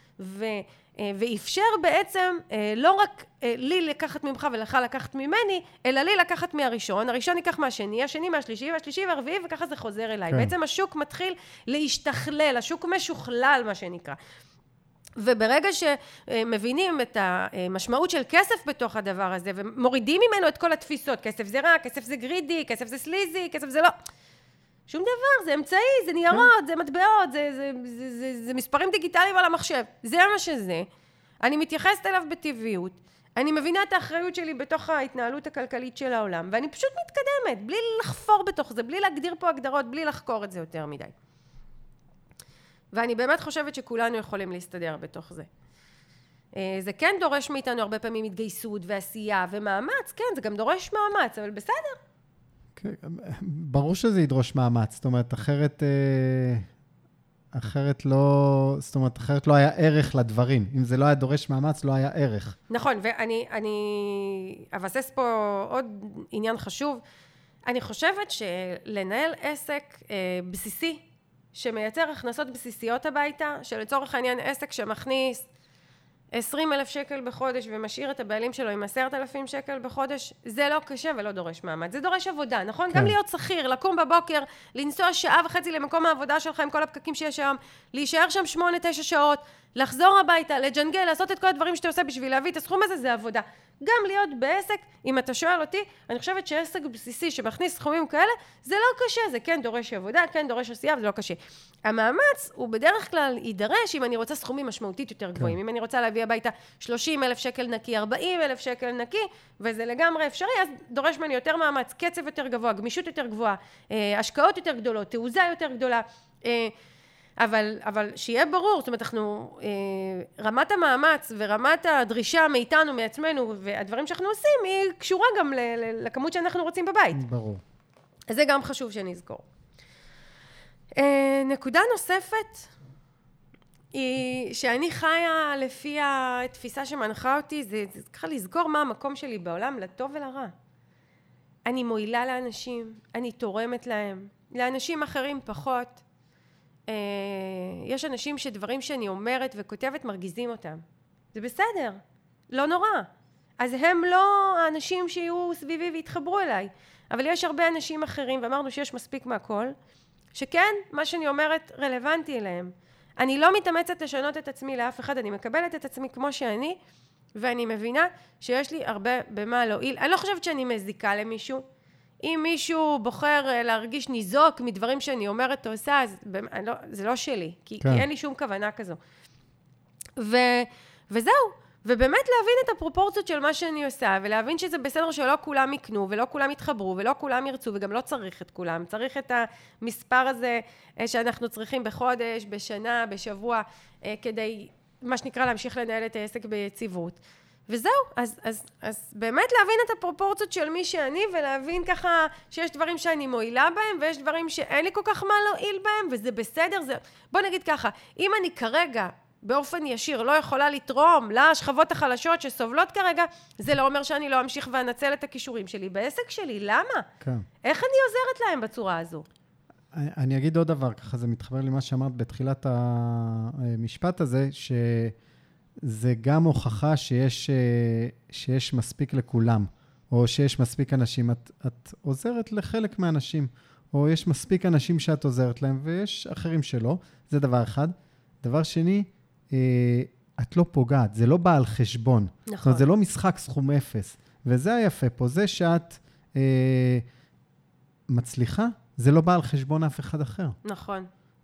ואפשר בעצם לא רק לי לקחת ממך ולך לקחת ממני, אלא לי לקחת מהראשון, הראשון ייקח מהשני, השני מהשלישי, והשלישי והרביעי, וככה זה חוזר אליי. כן. בעצם השוק מתחיל להשתכלל, השוק משוכלל מה שנקרא. וברגע שמבינים את המשמעות של כסף בתוך הדבר הזה, ומורידים ממנו את כל התפיסות, כסף זה רע, כסף זה גרידי, כסף זה סליזי, כסף זה לא... שום דבר, זה אמצעי, זה ניירות, זה מטבעות, זה מספרים דיגיטליים על המחשב. זה מה שזה. אני מתייחסת אליו בטבעיות. אני מבינה את האחריות שלי בתוך ההתנהלות הכלכלית של העולם, ואני פשוט מתקדמת, בלי לחפור בתוך זה, בלי להגדיר פה הגדרות, בלי לחקור את זה יותר מדי. ואני באמת חושבת שכולנו יכולים להסתדר בתוך זה. זה כן דורש מאיתנו הרבה פעמים התגייסות ועשייה ומאמץ, כן, זה גם דורש מאמץ, אבל בסדר. ברור שזה ידרוש מאמץ, זאת אומרת, אחרת לא היה ערך לדברים. אם זה לא היה דורש מאמץ, לא היה ערך. נכון, ואני אבסס פה עוד עניין חשוב. אני חושבת שלנהל עסק בסיסי, שמייצר הכנסות בסיסיות הביתה, שלצורך העניין עסק שמכניס 20,000 שקל בחודש ומשאיר את הבעלים שלו עם 10,000 שקל בחודש, זה לא קשה ולא דורש מאמץ. זה דורש עבודה, נכון? כן. גם להיות שכיר, לקום בבוקר, לנסוע 1.5 שעה למקום העבודה שלך עם כל הפקקים שיש שם, להישאר שם 8-9 שעות, לחזור הביתה, לג'נגל, לעשות את כל הדברים שאתה עושה בשביל להביא את הסכום הזה, זה עבודה. גם להיות בעסק, אם אתה שואל אותי, אני חושבת שעסק בסיסי שמכניס סכומים כאלה, זה לא קשה, זה כן דורש עבודה, כן דורש עשייה, זה לא קשה. המאמץ הוא בדרך כלל יידרש אם אני רוצה סכומים משמעותית יותר גבוהים, אם אני רוצה להביא הביתה 30,000 שקל נקי, 40,000 שקל נקי, וזה לגמרי אפשרי, אז דורש ממני יותר מאמץ, קצב יותר גבוה, גמישות יותר גבוהה, השקעות יותר גדולות, תעוזה יותר גדולה, אבל שיהיה ברור, זאת אומרת, רמת המאמץ ורמת הדרישה מאיתנו, מעצמנו, והדברים שאנחנו עושים, היא קשורה גם לכמות שאנחנו רוצים בבית. ברור. אז זה גם חשוב שנזכור. נקודה נוספת, היא שאני חיה לפי התפיסה שמנחה אותי, זה ככה לזכור מה המקום שלי בעולם, לטוב ולרע. אני מועילה לאנשים, אני תורמת להם, לאנשים אחרים פחות, יש אנשים שדברים שאני אומרת וכותבת מרגיזים אותם. זה בסדר, לא נורא. אז הם לא האנשים שיהיו סביבי והתחברו אליי. אבל יש הרבה אנשים אחרים, ואמרנו שיש מספיק מהכל, שכן, מה שאני אומרת רלוונטי אליהם. אני לא מתאמצת לשנות את עצמי לאף אחד, אני מקבלת את עצמי כמו שאני, ואני מבינה שיש לי הרבה במה להועיל. אני לא חושבת שאני מזיקה למישהו. אם מישהו בוחר להרגיש ניזוק מדברים שאני אומרת או עושה, אז זה לא שלי, כי אין לי שום כוונה כזו. וזהו, ובאמת להבין את הפרופורציות של מה שאני עושה, ולהבין שזה בסדר שלא כולם יקנו, ולא כולם יתחברו, ולא כולם ירצו, וגם לא צריך את כולם. צריך את המספר הזה שאנחנו צריכים בחודש, בשנה, בשבוע, כדי, מה שנקרא, להמשיך לנהל את העסק ביציבות. וזהו, אז באמת להבין את הפרופורציות של מי שאני, ולהבין ככה שיש דברים שאני מועילה בהם, ויש דברים שאין לי כל כך מה להועיל בהם, וזה בסדר. בוא נגיד ככה, אם אני כרגע באופן ישיר לא יכולה לתרום לשכבות החלשות שסובלות כרגע, זה לא אומר שאני לא אמשיך ואנצל את הכישורים שלי בעסק שלי. למה? כן. איך אני עוזרת להם בצורה הזו? אני אגיד עוד דבר, ככה זה מתחבר למה שאמרת בתחילת המשפט הזה, זה גם הוכחה שיש מספיק לכולם, או שיש מספיק אנשים. את עוזרת לחלק מהאנשים, או יש מספיק אנשים שאת עוזרת להם, ויש אחרים שלא. זה דבר אחד. דבר שני, את לא פוגעת, זה לא בא על חשבון. נכון. זאת אומרת, זה לא משחק סכום אפס. וזה היפה פה, זה שאת מצליחה, זה לא בא על חשבון אף אחד אחר. נכון.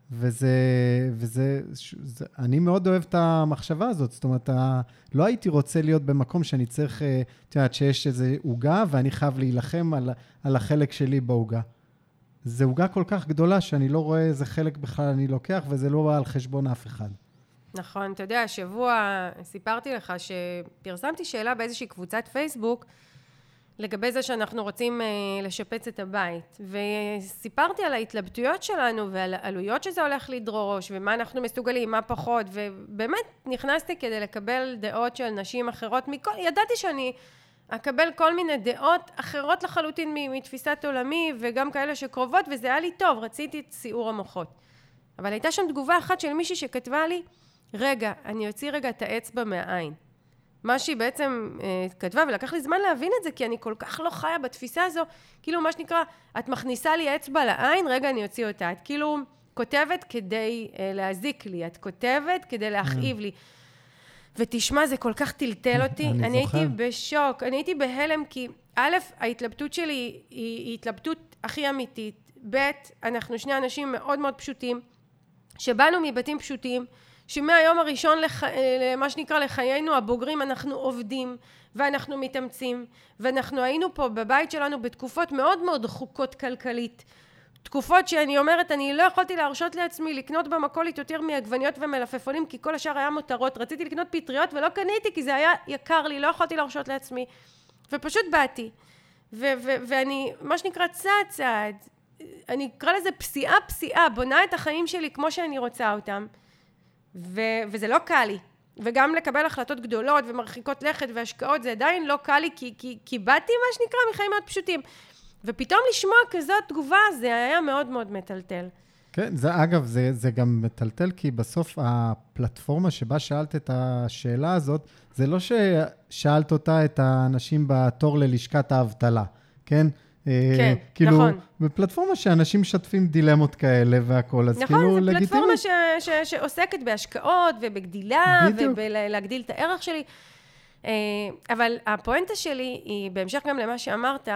אני מאוד אוהב את המחשבה הזאת, זאת אומרת, לא הייתי רוצה להיות במקום שאני צריך, את יודעת, שיש איזו עוגה, ואני חייב להילחם על החלק שלי בעוגה. זה עוגה כל כך גדולה שאני לא רואה איזה חלק בכלל אני לוקח, וזה לא בא על חשבון אף אחד. נכון, אתה יודע, השבוע סיפרתי לך שפרסמתי שאלה באיזושהי קבוצת פייסבוק, לגבי זה שאנחנו רוצים לשפץ את הבית, וסיפרתי על ההתלבטויות שלנו ועל העלויות שזה הולך לדרוש, ומה אנחנו מסוגלים, מה פחות, ובאמת נכנסתי כדי לקבל דעות של נשים אחרות, ידעתי שאני אקבל כל מיני דעות אחרות לחלוטין מתפיסת עולמי, וגם כאלה שקרובות, וזה היה לי טוב, רציתי את סיעור המוחות. אבל הייתה שם תגובה אחת של מישהי שכתבה לי, רגע, אני אוציא רגע את האצבע מהעין. מה שהיא בעצם כתבה, ולקח לי זמן להבין את זה, כי אני כל כך לא חיה בתפיסה הזו, כאילו מה שנקרא, את מכניסה לי אצבע לעין, רגע אני אוציא אותה. את כאילו כותבת כדי להזיק לי, את כותבת כדי להכאיב לי. ותשמע, זה כל כך טלטל אותי. אני הייתי בשוק, אני הייתי בהלם, כי א', ההתלבטות שלי היא התלבטות הכי אמיתית. ב', אנחנו שני אנשים מאוד מאוד פשוטים, שבאנו מבתים פשוטים, שמהיום הראשון מה שנקרא לחיינו הבוגרים אנחנו עובדים ואנחנו מתאמצים, ואנחנו היינו פה בבית שלנו בתקופות מאוד מאוד רחוקות כלכלית, תקופות שאני אומרת אני לא יכולתי להרשות לעצמי לקנות במכולת יותר מעגבניות ומלפפונים, כי כל השאר היה מותרות, רציתי לקנות פטריות ולא קניתי כי זה היה יקר לי, לא יכולתי להרשות לעצמי, ופשוט באתי ואני מה שנקרא צעד אני אקרא לזה פסיעה בונה את החיים שלי כמו שאני רוצה אותם, וזה לא קל לי, וגם לקבל החלטות גדולות ומרחיקות לכת והשקעות, זה עדיין לא קל לי, כי באתי מה שנקרא מחיים מאוד פשוטים, ופתאום לשמוע כזאת תגובה, זה היה מאוד מאוד מטלטל. כן, אגב, זה גם מטלטל, כי בסוף הפלטפורמה שבה שאלת את השאלה הזאת, זה לא ששאלת אותה את האנשים בתור ללשכת האבטלה, כן? כן, כאילו, נכון. בפלטפורמה שאנשים משתפים דילמות כאלה והכל, אז נכון, כאילו זה לגיטימי. פלטפורמה שעוסקת בהשקעות ובגדילה, בדיוק. ובלהגדיל את הערך שלי. אבל הפואנטה שלי היא, בהמשך גם למה שאמרת,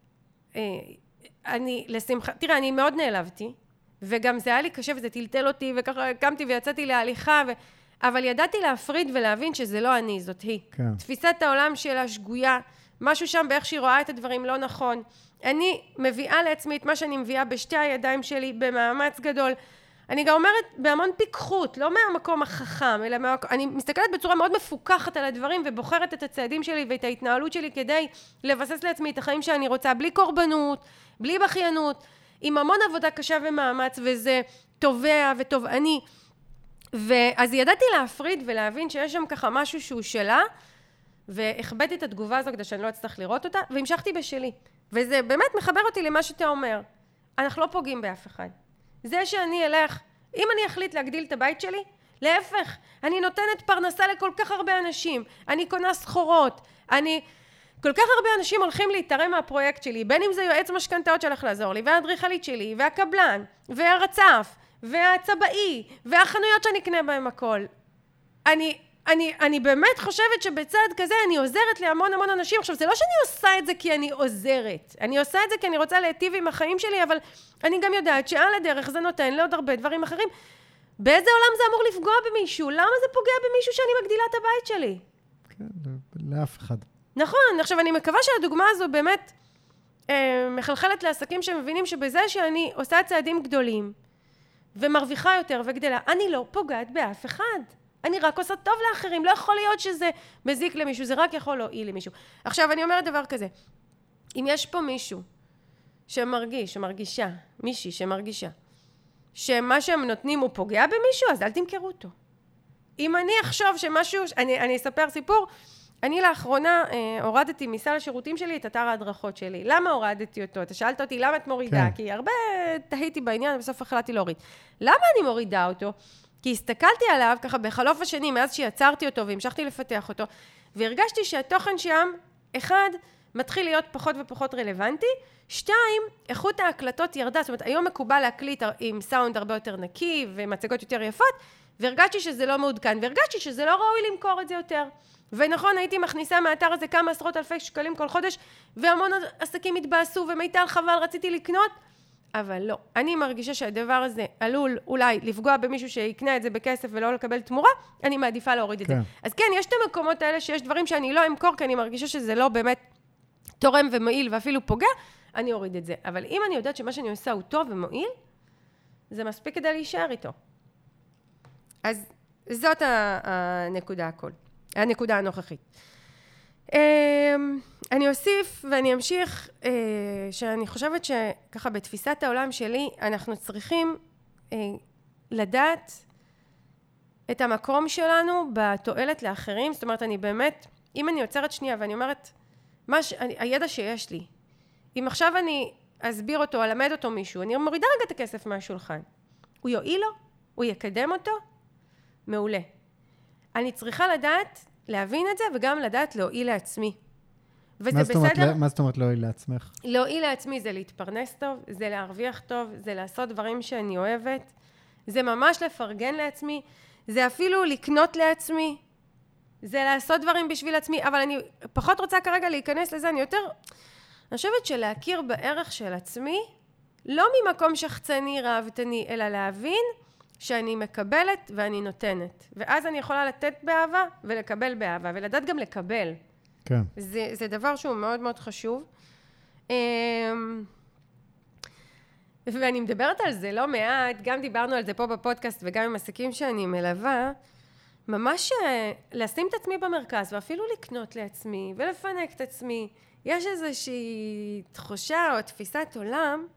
תראה, אני מאוד נעלבתי, וגם זה היה לי קשה וזה טלטל אותי, וככה קמתי ויצאתי להליכה, אבל ידעתי להפריד ולהבין שזה לא אני, זאת היא. כן. תפיסת העולם שלה שגויה, משהו שם באיך שהיא רואה את הדברים לא נכון. אני מביאה לעצמי את מה שאני מביאה בשתי הידיים שלי, במאמץ גדול. אני גם אומרת בהמון פיקחות, לא מהמקום החכם, אלא אני מסתכלת בצורה מאוד מפוקחת על הדברים, ובוחרת את הצעדים שלי ואת ההתנהלות שלי כדי לבסס לעצמי את החיים שאני רוצה, בלי קורבנות, בלי בכיינות, עם המון עבודה קשה ומאמץ, וזה תובע וטובעני. ואז ידעתי להפריד ולהבין שיש שם ככה משהו שהוא שלה, והכבדתי את התגובה הזו כדי שאני לא אצטרך לראות אותה, והמשכתי בשלי. וזה באמת מחבר אותי למה שאתה אומר. אנחנו לא פוגעים באף אחד. זה שאני אלך, אם אני אחליט להגדיל את הבית שלי, להפך, אני נותנת פרנסה לכל כך הרבה אנשים, אני קונה סחורות, כל כך הרבה אנשים הולכים להתערם מהפרויקט שלי, בין אם זה יועץ משכנתאות שהלך לעזור לי, והאדריכלית שלי, והקבלן, והרצף, והצבעי, והחנויות שאני אקנה בהם הכל. אני באמת חושבת שבצד כזה אני עוזרת להמון המון אנשים. עכשיו, זה לא שאני עושה את זה כי אני עוזרת. אני עושה את זה כי אני רוצה להיטיב עם החיים שלי, אבל אני גם יודעת שעל הדרך זה נותן לעוד הרבה דברים אחרים. באיזה עולם זה אמור לפגוע במישהו? למה זה פוגע במישהו שאני מגדילה את הבית שלי? כן, לאף אחד. נכון, עכשיו אני מקווה שהדוגמה הזו באמת מחלחלת לעסקים שמבינים שבזה שאני עושה צעדים גדולים ומרוויחה יותר וגדלה, אני לא פוגעת באף אחד. אני רק עושה טוב לאחרים, לא יכול להיות שזה מזיק למישהו, זה רק יכול להועיל למישהו. עכשיו אני אומרת דבר כזה, אם יש פה מישהו מישהי שמרגישה, שמה שהם נותנים הוא פוגע במישהו, אז אל תמכרו אותו. אם אני אחשוב שמשהו, אני אספר סיפור, אני לאחרונה הורדתי מסל השירותים שלי את אתר ההדרכות שלי. למה הורדתי אותו? אתה שאלת אותי למה את מורידה? כן. כי הרבה תהיתי בעניין, ובסוף החלטתי להוריד. למה אני מורידה אותו? כי הסתכלתי עליו ככה בחלוף השני, מאז שיצרתי אותו והמשכתי לפתח אותו, והרגשתי שהתוכן שם, אחד, מתחיל להיות פחות ופחות רלוונטי, שתיים, איכות ההקלטות ירדה, זאת אומרת, היום מקובל להקליט עם סאונד הרבה יותר נקי ומצגות יותר יפות, והרגשתי שזה לא מעודכן, והרגשתי שזה לא ראוי למכור את זה יותר. ונכון, הייתי מכניסה מהאתר הזה כמה עשרות אלפי שקלים כל חודש, והמון עסקים התבאסו, ומיטל חבל, רציתי לקנות, אבל לא. אני מרגישה שהדבר הזה עלול אולי לפגוע במישהו שיקנה את זה בכסף ולא לקבל תמורה, אני מעדיפה להוריד את זה. אז כן, יש את המקומות האלה שיש דברים שאני לא אמכור, כי אני מרגישה שזה לא באמת תורם ומעיל ואפילו פוגע, אני אוריד את זה. אבל אם אני יודעת שמה שאני עושה הוא טוב ומועיל, זה מספיק כדי להישאר איתו. אז זאת הנקודה הנוכחית. אני אוסיף ואני אמשיך שאני חושבת שככה בתפיסת העולם שלי אנחנו צריכים לדעת את המקום שלנו בתועלת לאחרים. זאת אומרת, אני באמת, אם אני יוצרת שנייה ואני אומרת, הידע שיש לי, אם עכשיו אני אסביר אותו, אלמד אותו מישהו, אני מורידה רגע את הכסף מהשולחן. הוא יועיל לו? הוא יקדם אותו? מעולה. אני צריכה לדעת, להבין את זה, וגם לדעת להועיל לעצמי. וזה בסדר. מה זאת אומרת להועיל לעצמך? להועיל לעצמי זה להתפרנס טוב, זה להרוויח טוב, זה לעשות דברים שאני אוהבת, זה ממש לפרגן לעצמי, זה אפילו לקנות לעצמי, זה לעשות דברים בשביל עצמי, אבל אני פחות רוצה כרגע להיכנס לזה, אני חושבת שלהכיר בערך של עצמי, לא ממקום שחצני רעבתני, אלא להבין שאני מקבלת ואני נותנת. ואז אני יכולה לתת באהבה ולקבל באהבה, ולדעת גם לקבל. כן. זה דבר שהוא מאוד מאוד חשוב. ואני מדברת על זה לא מעט, גם דיברנו על זה פה בפודקאסט וגם עם עסקים שאני מלווה, ממש לשים את עצמי במרכז ואפילו לקנות לעצמי ולפנק את עצמי. יש איזושהי תחושה או תפיסת עולם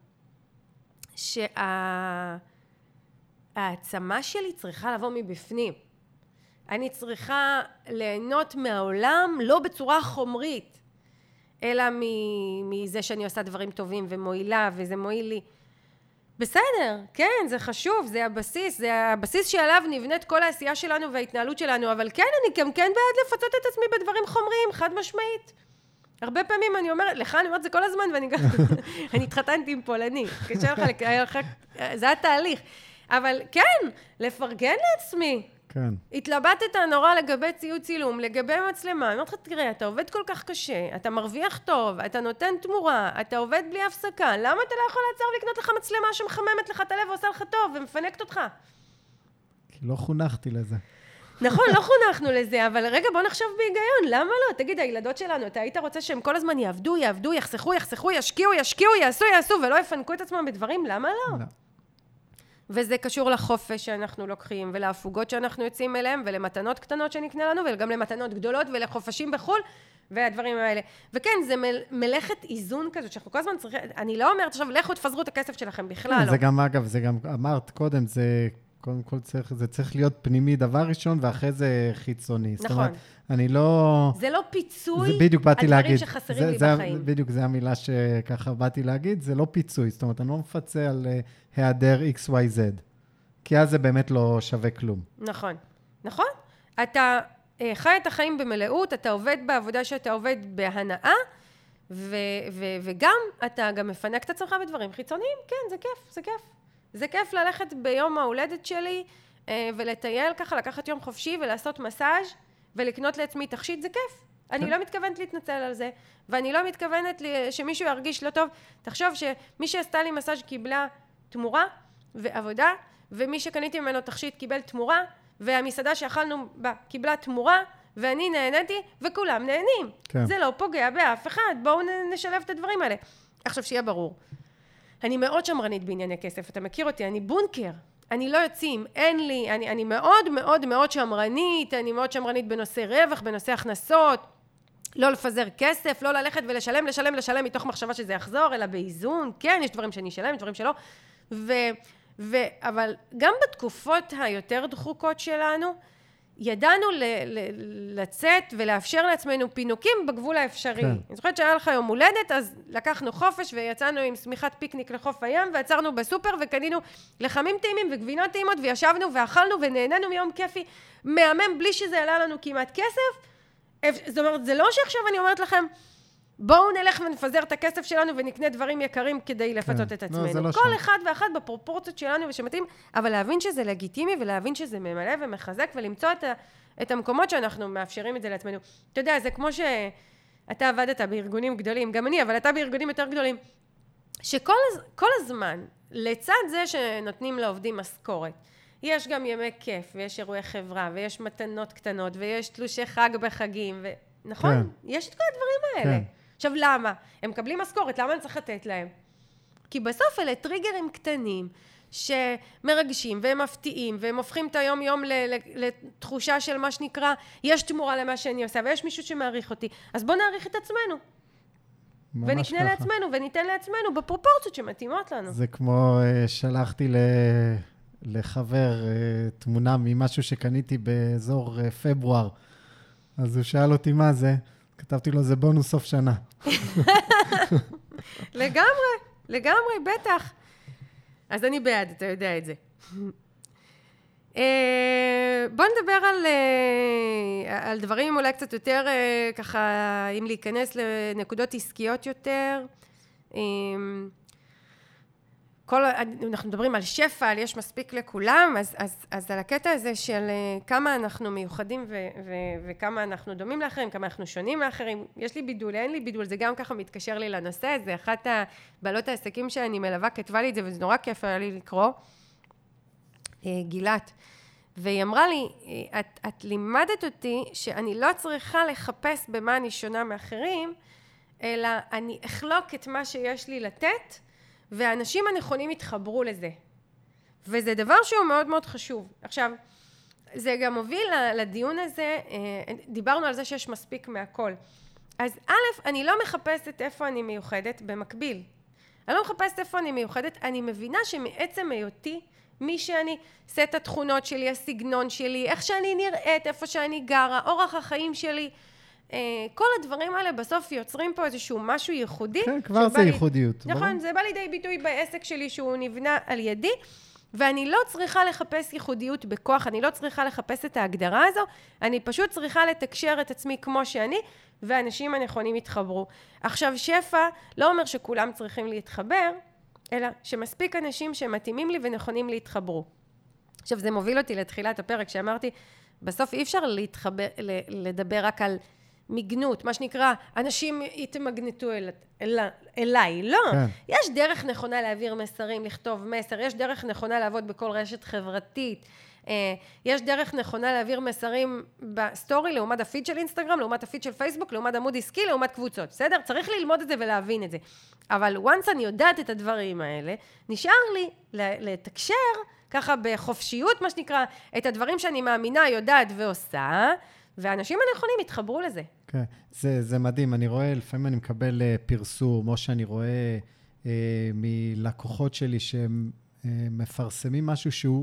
שהעצמה שלי צריכה לבוא מבפנים. אני צריכה ליהנות מהעולם לא בצורה חומרית, אלא מזה שאני עושה דברים טובים ומועילה וזה מועיל לי. בסדר, כן, זה חשוב, זה הבסיס שעליו נבנית כל העשייה שלנו וההתנהלות שלנו, אבל כן, אני גם כן בעד לפצות את עצמי בדברים חומריים, חד משמעית. הרבה פעמים אני אומרת, לך אני אומרת זה כל הזמן, ואני גם, אני התחתנתי עם פולני, קשה לך, זה התהליך. אבל כן, לפרגן לעצמי. כן. התלבטת נורא לגבי ציוד צילום, לגבי מצלמה. אני אומרת לך, תראה, אתה עובד כל כך קשה, אתה מרוויח טוב, אתה נותן תמורה, אתה עובד בלי הפסקה, למה אתה לא יכול לעצור לקנות לך מצלמה שמחממת לך את הלב ועושה לך טוב ומפנקת אותך? כי לא חונכתי לזה. נכון, לא חונכנו לזה, אבל רגע, בוא נחשוב בהיגיון, למה לא? תגיד, הילדות שלנו, אתה היית רוצה שהם כל הזמן יעבדו, יחסכו, ישקיעו, יעשו, ולא יפנקו את עצמם בדברים, למה לא? לא. וזה קשור לחופש שאנחנו לוקחים, ולהפוגות שאנחנו יוצאים אליהם, ולמתנות קטנות שנקנה לנו, וגם למתנות גדולות, ולחופשים בחול, והדברים האלה. וכן, זה מלאכת איזון כזאת, שאנחנו כל הזמן צריכים, אני לא אומרת עכשיו, לכו תפזרו את הכסף שלכם, בכלל לא. זה גם, אגב, זה גם אמרת קודם, זה קודם כל זה צריך להיות פנימי דבר ראשון, ואחרי זה חיצוני. נכון. זאת אומרת, אני לא... זה לא פיצוי על דברים שחסרים לי בחיים. בדיוק, זה המילה שככה באתי להגיד, זה לא פיצוי. זאת אומרת, אני לא מפצה על היעדר XYZ, כי אז זה באמת לא שווה כלום. נכון, נכון. אתה חי את החיים במלאות, אתה עובד בעבודה שאתה עובד בהנאה, וגם אתה גם מפנק את עצמך בדברים חיצוניים. כן, זה כיף, זה כיף. זה כיף ללכת ביום ההולדת שלי ולטייל ככה, לקחת יום חופשי ולעשות מסאז' ולקנות לעצמי תכשיט, זה כיף. אני לא מתכוונת להתנצל על זה, ואני לא מתכוונת שמישהו ירגיש לא טוב. תחשוב שמי שעשתה לי מסאז' קיבלה תמורה ועבודה, ומי שקניתי ממנו תכשיט קיבל תמורה, והמסעדה שאכלנו בה קיבלה תמורה, ואני נהניתי, וכולם נהנים. כן. זה לא פוגע באף אחד. בואו נשלב את הדברים האלה. עכשיו שיהיה ברור. אני מאוד שמרנית בענייני כסף, אתה מכיר אותי, אני בונקר, אני לא יוצאים, אין לי, אני מאוד מאוד מאוד שמרנית, אני מאוד שמרנית בנושא רווח, בנושא הכנסות, לא לפזר כסף, לא ללכת ולשלם מתוך מחשבה שזה יחזור, אלא באיזון, כן, יש דברים שאני אשלם, יש דברים שלא, אבל גם בתקופות היותר דחוקות שלנו, ידענו לצאת ולאפשר לעצמנו פינוקים בגבול האפשרי. כן. אני זוכרת שהיה לך יום הולדת, אז לקחנו חופש ויצאנו עם שמיכת פיקניק לחוף הים, ועצרנו בסופר וקנינו לחמים טעימים וגבינות טעימות, וישבנו ואכלנו ונהנינו מיום כיפי מהמם בלי שזה עלה לנו כמעט כסף. זאת אומרת, זה לא שעכשיו אני אומרת לכם, בואו נלך ונפזר את הכסף שלנו ונקנה דברים יקרים כדי לפצות את עצמנו. לא, לא כל אחד ואחת בפרופורציות שלנו ושמתאים, אבל להבין שזה לגיטימי ולהבין שזה ממלא ומחזק ולמצוא את המקומות שאנחנו מאפשרים את זה לעצמנו. אתה יודע, זה כמו שאתה עבדת בארגונים גדולים, גם אני, אבל אתה בארגונים יותר גדולים, שכל הזמן, לצד זה שנותנים לעובדים משכורת, יש גם ימי כיף ויש אירועי חברה ויש מתנות קטנות ויש תלושי חג בחגים, נכון? כן. יש את כל הדברים האלה. כן. עכשיו, למה? הם מקבלים משכורת, למה אני צריך לתת להם? כי בסוף אלה טריגרים קטנים שמרגשים והם מפתיעים והם הופכים את היום יום לתחושה של מה שנקרא, יש תמורה למה שאני עושה ויש מישהו שמעריך אותי, אז בוא נעריך את עצמנו. ונקנה לעצמנו וניתן לעצמנו בפרופורציות שמתאימות לנו. זה כמו שלחתי לחבר תמונה ממשהו שקניתי באזור פברואר, אז הוא שאל אותי מה זה, כתבתי לו זה בונוס סוף שנה. לגמרי, בטח. אז אני בעד, אתה יודע את זה. בוא נדבר על דברים אולי קצת יותר, ככה, אם להיכנס לנקודות עסקיות יותר. אנחנו מדברים על שפע, על יש מספיק לכולם, אז על הקטע הזה של כמה אנחנו מיוחדים וכמה אנחנו דומים לאחרים, כמה אנחנו שונים לאחרים, יש לי בידול, אין לי בידול, זה גם ככה מתקשר לי לנושא הזה, אחת הבעלות העסקים שאני מלווה כתבה לי את זה, וזה נורא כיף היה לי לקרוא, גילת, והיא אמרה לי, את לימדת אותי שאני לא צריכה לחפש במה אני שונה מאחרים, אלא אני אחלוק את מה שיש לי לתת, והאנשים הנכונים יתחברו לזה. וזה דבר שהוא מאוד מאוד חשוב. עכשיו, זה גם מוביל לדיון הזה, דיברנו על זה שיש מספיק מהכל. אז א', אני לא מחפשת איפה אני מיוחדת במקביל. אני לא מחפשת איפה אני מיוחדת, אני מבינה שמעצם היותי, מי שאני, סט התכונות שלי, הסגנון שלי, איך שאני נראית, איפה שאני גרה, אורח החיים שלי, כל הדברים האלה בסוף יוצרים פה איזשהו משהו ייחודי. כן, כבר זה ייחודיות. נכון, זה בא לידי ביטוי בעסק שלי שהוא נבנה על ידי, ואני לא צריכה לחפש ייחודיות בכוח, אני לא צריכה לחפש את ההגדרה הזו, אני פשוט צריכה לתקשר את עצמי כמו שאני, והאנשים הנכונים יתחברו. עכשיו, שפע לא אומר שכולם צריכים להתחבר, אלא שמספיק אנשים שמתאימים לי ונכונים להתחברו. עכשיו, זה מוביל אותי לתחילת הפרק, שאמרתי, בסוף אי אפשר לדבר רק על מגנות, מה שנקרא, אנשים יתמגנטו אליי, לא. כן. יש דרך נכונה להעביר מסרים, לכתוב מסר, יש דרך נכונה לעבוד בכל רשת חברתית, יש דרך נכונה להעביר מסרים בסטורי, לעומת הפיד של אינסטגרם, לעומת הפיד של פייסבוק, לעומת עמוד עסקי, לעומת קבוצות, בסדר? צריך ללמוד את זה ולהבין את זה. אבל once אני יודעת את הדברים האלה, נשאר לי לתקשר ככה בחופשיות, מה שנקרא, את הדברים שאני מאמינה, יודעת ועושה, והאנשים הנכונים יתחברו לזה. כן, זה מדהים. אני רואה, לפעמים אני מקבל פרסום, או שאני רואה מלקוחות שלי שהם מפרסמים משהו שהוא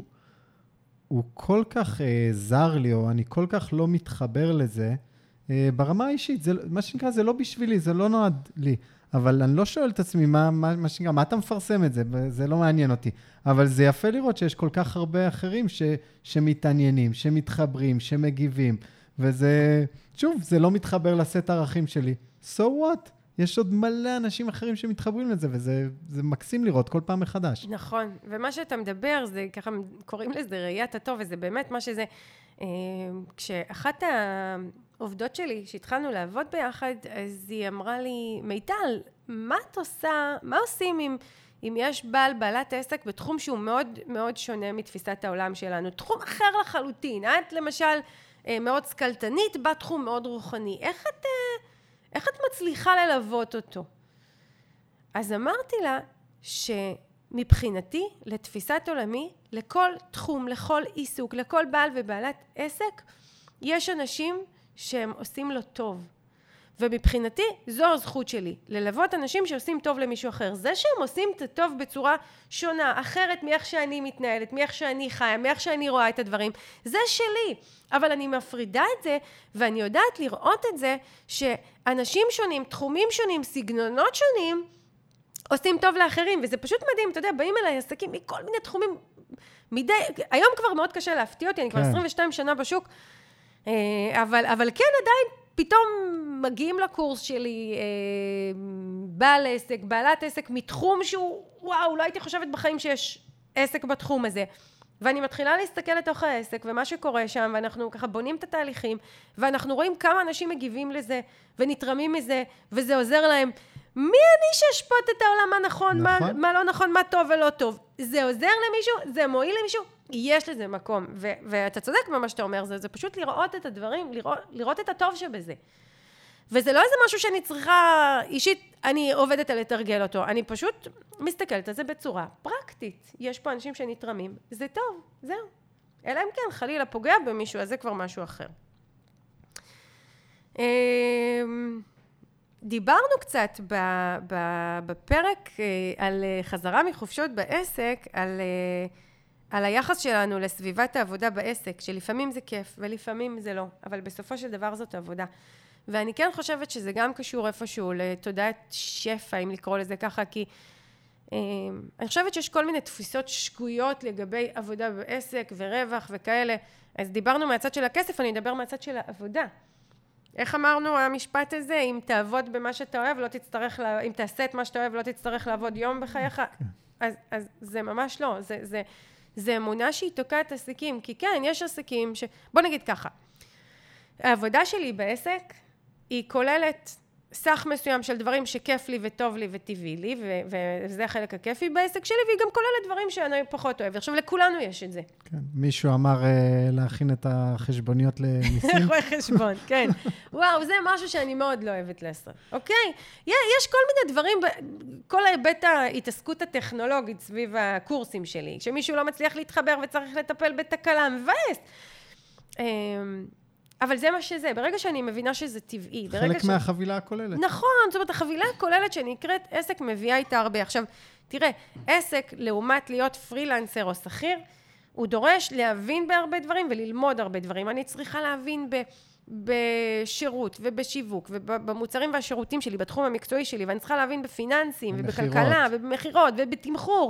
כל כך זר לי, או אני כל כך לא מתחבר לזה, ברמה האישית, מה שנקרא, זה לא בשבילי, זה לא נועד לי. אבל אני לא שואל את עצמי, מה שנקרא, מה אתה מפרסם את זה? זה לא מעניין אותי. אבל זה יפה לראות שיש כל כך הרבה אחרים שמתעניינים, שמתחברים, שמגיבים. וזה, שוב, זה לא מתחבר לסט הערכים שלי. So what? יש עוד מלא אנשים אחרים שמתחברים לזה, וזה מקסים לראות כל פעם מחדש. נכון, ומה שאתה מדבר, זה ככה קוראים לזה ראיית הטוב, וזה באמת מה שזה, כשאחת העובדות שלי, שהתחלנו לעבוד ביחד, אז היא אמרה לי, מיטל, מה את עושה, מה עושים אם יש בעלת עסק בתחום שהוא מאוד מאוד שונה מתפיסת העולם שלנו, תחום אחר לחלוטין, את למשל מאוד סקלטנית, בתחום מאוד רוחני, איך את מצליחה ללוות אותו? אז אמרתי לה שמבחינתי, לתפיסת עולמי, לכל תחום, לכל עיסוק, לכל בעל ובעלת עסק, יש אנשים שהם עושים לו טוב. ומבחינתי, זו הזכות שלי, ללוות אנשים שעושים טוב למישהו אחר. זה שהם עושים את הטוב בצורה שונה, אחרת מאיך שאני מתנהלת, מאיך שאני חיה, מאיך שאני רואה את הדברים, זה שלי. אבל אני מפרידה את זה, ואני יודעת לראות את זה, שאנשים שונים, תחומים שונים, סגנונות שונים, עושים טוב לאחרים, וזה פשוט מדהים, אתה יודע, באים אליי עסקים מכל מיני תחומים, היום כבר מאוד קשה להפתיע אותי, אני כבר 22 שנה בשוק, אבל כן עדיין, פתאום מגיעים לקורס שלי, בעל עסק, בעלת עסק, מתחום שהוא, וואו, לא הייתי חושבת בחיים שיש עסק בתחום הזה. ואני מתחילה להסתכל לתוך העסק, ומה שקורה שם, ואנחנו ככה בונים את התהליכים, ואנחנו רואים כמה אנשים מגיבים לזה, ונתרמים מזה, וזה עוזר להם. מי אני שאשפוט את העולם מה נכון, מה לא נכון, מה טוב ולא טוב? זה עוזר למישהו, זה מועיל למישהו, יש לזה מקום. ואתה צודק במה שאתה אומר, זה פשוט לראות את הדברים, לראות את הטוב שבזה. וזה לא איזה משהו שאני צריכה, אישית, אני עובדת על לתרגל אותו, אני פשוט מסתכלת על זה בצורה פרקטית. יש פה אנשים שנתרמים, זה טוב, זהו. אלא אם כן, חלילה פוגע במישהו, אז זה כבר משהו אחר. דיברנו קצת בפרק על חזרה מחופשות בעסק, על היחס שלנו לסביבת העבודה בעסק, שלפעמים זה כיף ולפעמים זה לא, אבל בסופו של דבר זאת עבודה. ואני כן חושבת שזה גם קשור איפשהו לתודעת שפע, אם לקרוא לזה ככה, כי אני חושבת שיש כל מיני תפיסות שגויות לגבי עבודה בעסק ורווח וכאלה. אז דיברנו מהצד של הכסף, אני אדבר מהצד של העבודה. איך אמרנו המשפט הזה? אם תעבוד במה שאתה אוהב, לא תצטרך, אם תעשה את מה שאתה אוהב, לא תצטרך לעבוד יום בחייך. אז זה ממש לא. זה אמונה שהיא תוקעת עסקים, כי כן, יש עסקים בוא נגיד ככה, העבודה שלי בעסק היא כוללת סך מסוים של דברים שכיף לי וטוב לי וטבעי לי, וזה החלק הכיפי בעסק שלי, והיא גם כוללת דברים שאני פחות אוהב. עכשיו, לכולנו יש את זה. כן, מישהו אמר להכין את החשבוניות למיסים. רואה חשבון, כן. וואו, זה משהו שאני מאוד לא אוהבת לעשות. אוקיי? יש כל מיני דברים, כל ההיבט ההתעסקות הטכנולוגית סביב הקורסים שלי, שמישהו לא מצליח להתחבר וצריך לטפל בתקלה, מבאס. אבל זה מה שזה, ברגע שאני מבינה שזה טבעי. חלק מהחבילה הכוללת. נכון, זאת אומרת, החבילה הכוללת שנקראת עסק מביאה איתה הרבה. עכשיו, תראה, עסק לעומת להיות פרילנסר או שכיר, הוא דורש להבין בהרבה דברים וללמוד הרבה דברים. אני צריכה להבין בשירות ובשיווק ובמוצרים והשירותים שלי, בתחום המקצועי שלי, ואני צריכה להבין בפיננסים ובכלכלה ובמחירות ובתמחור.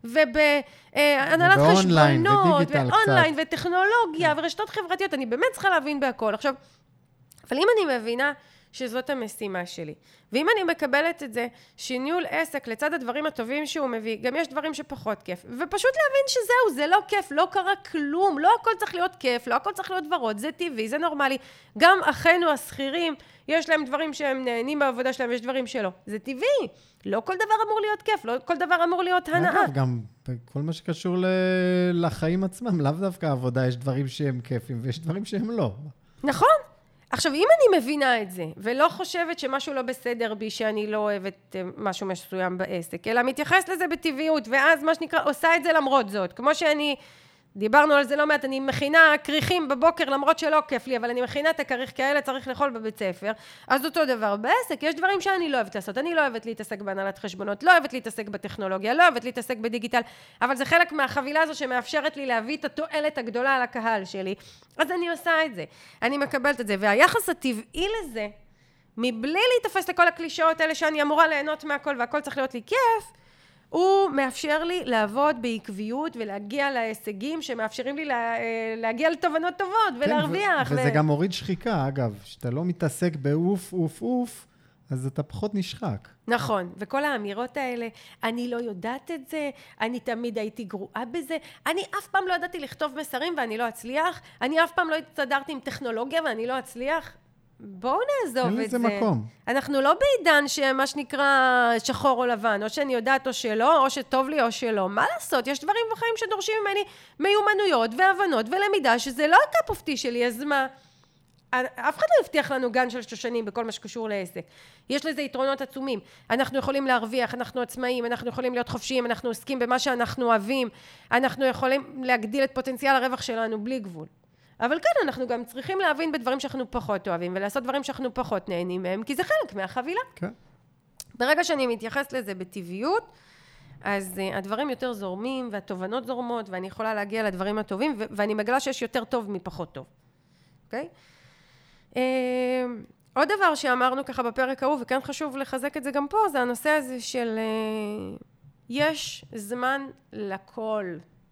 ובהנהלת חשבונות, ואונליין, וטכנולוגיה, ורשתות חברתיות, אני באמת צריכה להבין בהכל. עכשיו, אבל אם אני מבינה שזאת המשימה שלי, ואם אני מקבלת את זה, שניהול עסק לצד הדברים הטובים שהוא מביא, גם יש דברים שפחות כיף, ופשוט להבין שזהו, זה לא כיף, לא קרה כלום, לא הכל צריך להיות כיף, לא הכל צריך להיות ורוד, זה טבעי, זה נורמלי. גם אחינו השכירים, יש להם דברים שהם נהנים בעבודה שלהם, יש דברים שלא. זה טבעי. לא כל דבר אמור להיות כיף, לא כל דבר אמור להיות הנאה. אגב, גם כל מה שקשור לחיים עצמם, לאו דווקא עבודה, יש דברים שהם כיפים, ויש דברים שהם לא. נכון. עכשיו, אם אני מבינה את זה, ולא חושבת שמשהו לא בסדר בי, שאני לא אוהבת משהו מסוים בעסק, אלא מתייחס לזה בטבעיות, ואז מה שנקרא, עושה את זה למרות זאת. כמו שאני, דיברנו על זה לא מעט, אני מכינה כריכים בבוקר, למרות שלא כיף לי, אבל אני מכינה את הכריך כאלה, צריך לאכול בבית ספר. אז אותו דבר, בעסק יש דברים שאני לא אוהבת לעשות. אני לא אוהבת להתעסק בהנהלת חשבונות, לא אוהבת להתעסק בטכנולוגיה, לא אוהבת להתעסק בדיגיטל, אבל זה חלק מהחבילה הזו שמאפשרת לי להביא את התועלת הגדולה על הקהל שלי. אז אני עושה את זה. אני מקבלת את זה. והיחס הטבעי לזה, מבלי להתאפס לכל הקלישאות האלה שאני אמורה ליהנות מהכל והכל צריך להיות לי כיף, הוא מאפשר לי לעבוד בעקביות ולהגיע להישגים שמאפשרים לי להגיע לתובנות טובות ולהרוויח. וזה גם מוריד שחיקה, אגב, שאתה לא מתעסק באוף, אוף, אוף, אז אתה פחות נשחק. נכון, וכל האמירות האלה, אני לא יודעת את זה, אני תמיד הייתי גרועה בזה, אני אף פעם לא ידעתי לכתוב מסרים ואני לא אצליח, אני אף פעם לא הצטדרתי עם טכנולוגיה ואני לא אצליח. בואו נעזוב את זה. אין לזה מקום. אנחנו לא בעידן שמה שנקרא שחור או לבן, או שאני יודעת או שלא, או שטוב לי או שלא. מה לעשות? יש דברים בחיים שדורשים ממני מיומנויות והבנות ולמידה, שזה לא הקאפ אוף טי שלי, אז מה? אף אחד לא הבטיח לנו גן של שושנים בכל מה שקשור לעסק. יש לזה יתרונות עצומים. אנחנו יכולים להרוויח, אנחנו עצמאים, אנחנו יכולים להיות חופשיים, אנחנו עוסקים במה שאנחנו אוהבים, אנחנו יכולים להגדיל את פוטנציאל הרווח שלנו בלי גבול. אבל כן, אנחנו גם צריכים להבין בדברים שאנחנו פחות אוהבים, ולעשות דברים שאנחנו פחות נהנים מהם, כי זה חלק מהחבילה. כן. ברגע שאני מתייחס לזה בטבעיות, אז הדברים יותר זורמים, והתובנות זורמות, ואני יכולה להגיע לדברים הטובים, ואני מגלה שיש יותר טוב מפחות טוב. אוקיי? עוד דבר שאמרנו ככה בפרק ההוא, וכן חשוב לחזק את זה גם פה, זה הנושא הזה של יש זמן לכל.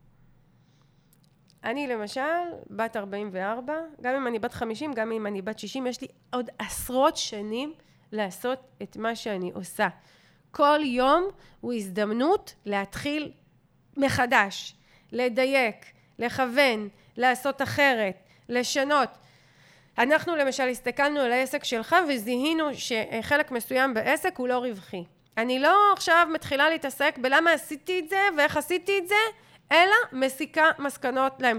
אני למשל, בת 44, גם אם אני בת 50, גם אם אני בת 60, יש לי עוד עשרות שנים לעשות את מה שאני עושה. כל יום הוא הזדמנות להתחיל מחדש, לדייק, לכוון, לעשות אחרת, לשנות. אנחנו למשל הסתכלנו על העסק שלך וזיהינו שחלק מסוים בעסק הוא לא רווחי. אני לא עכשיו מתחילה להתעסק בלמה עשיתי את זה ואיך עשיתי את זה, אלא מסיקה מסקנות להמשך.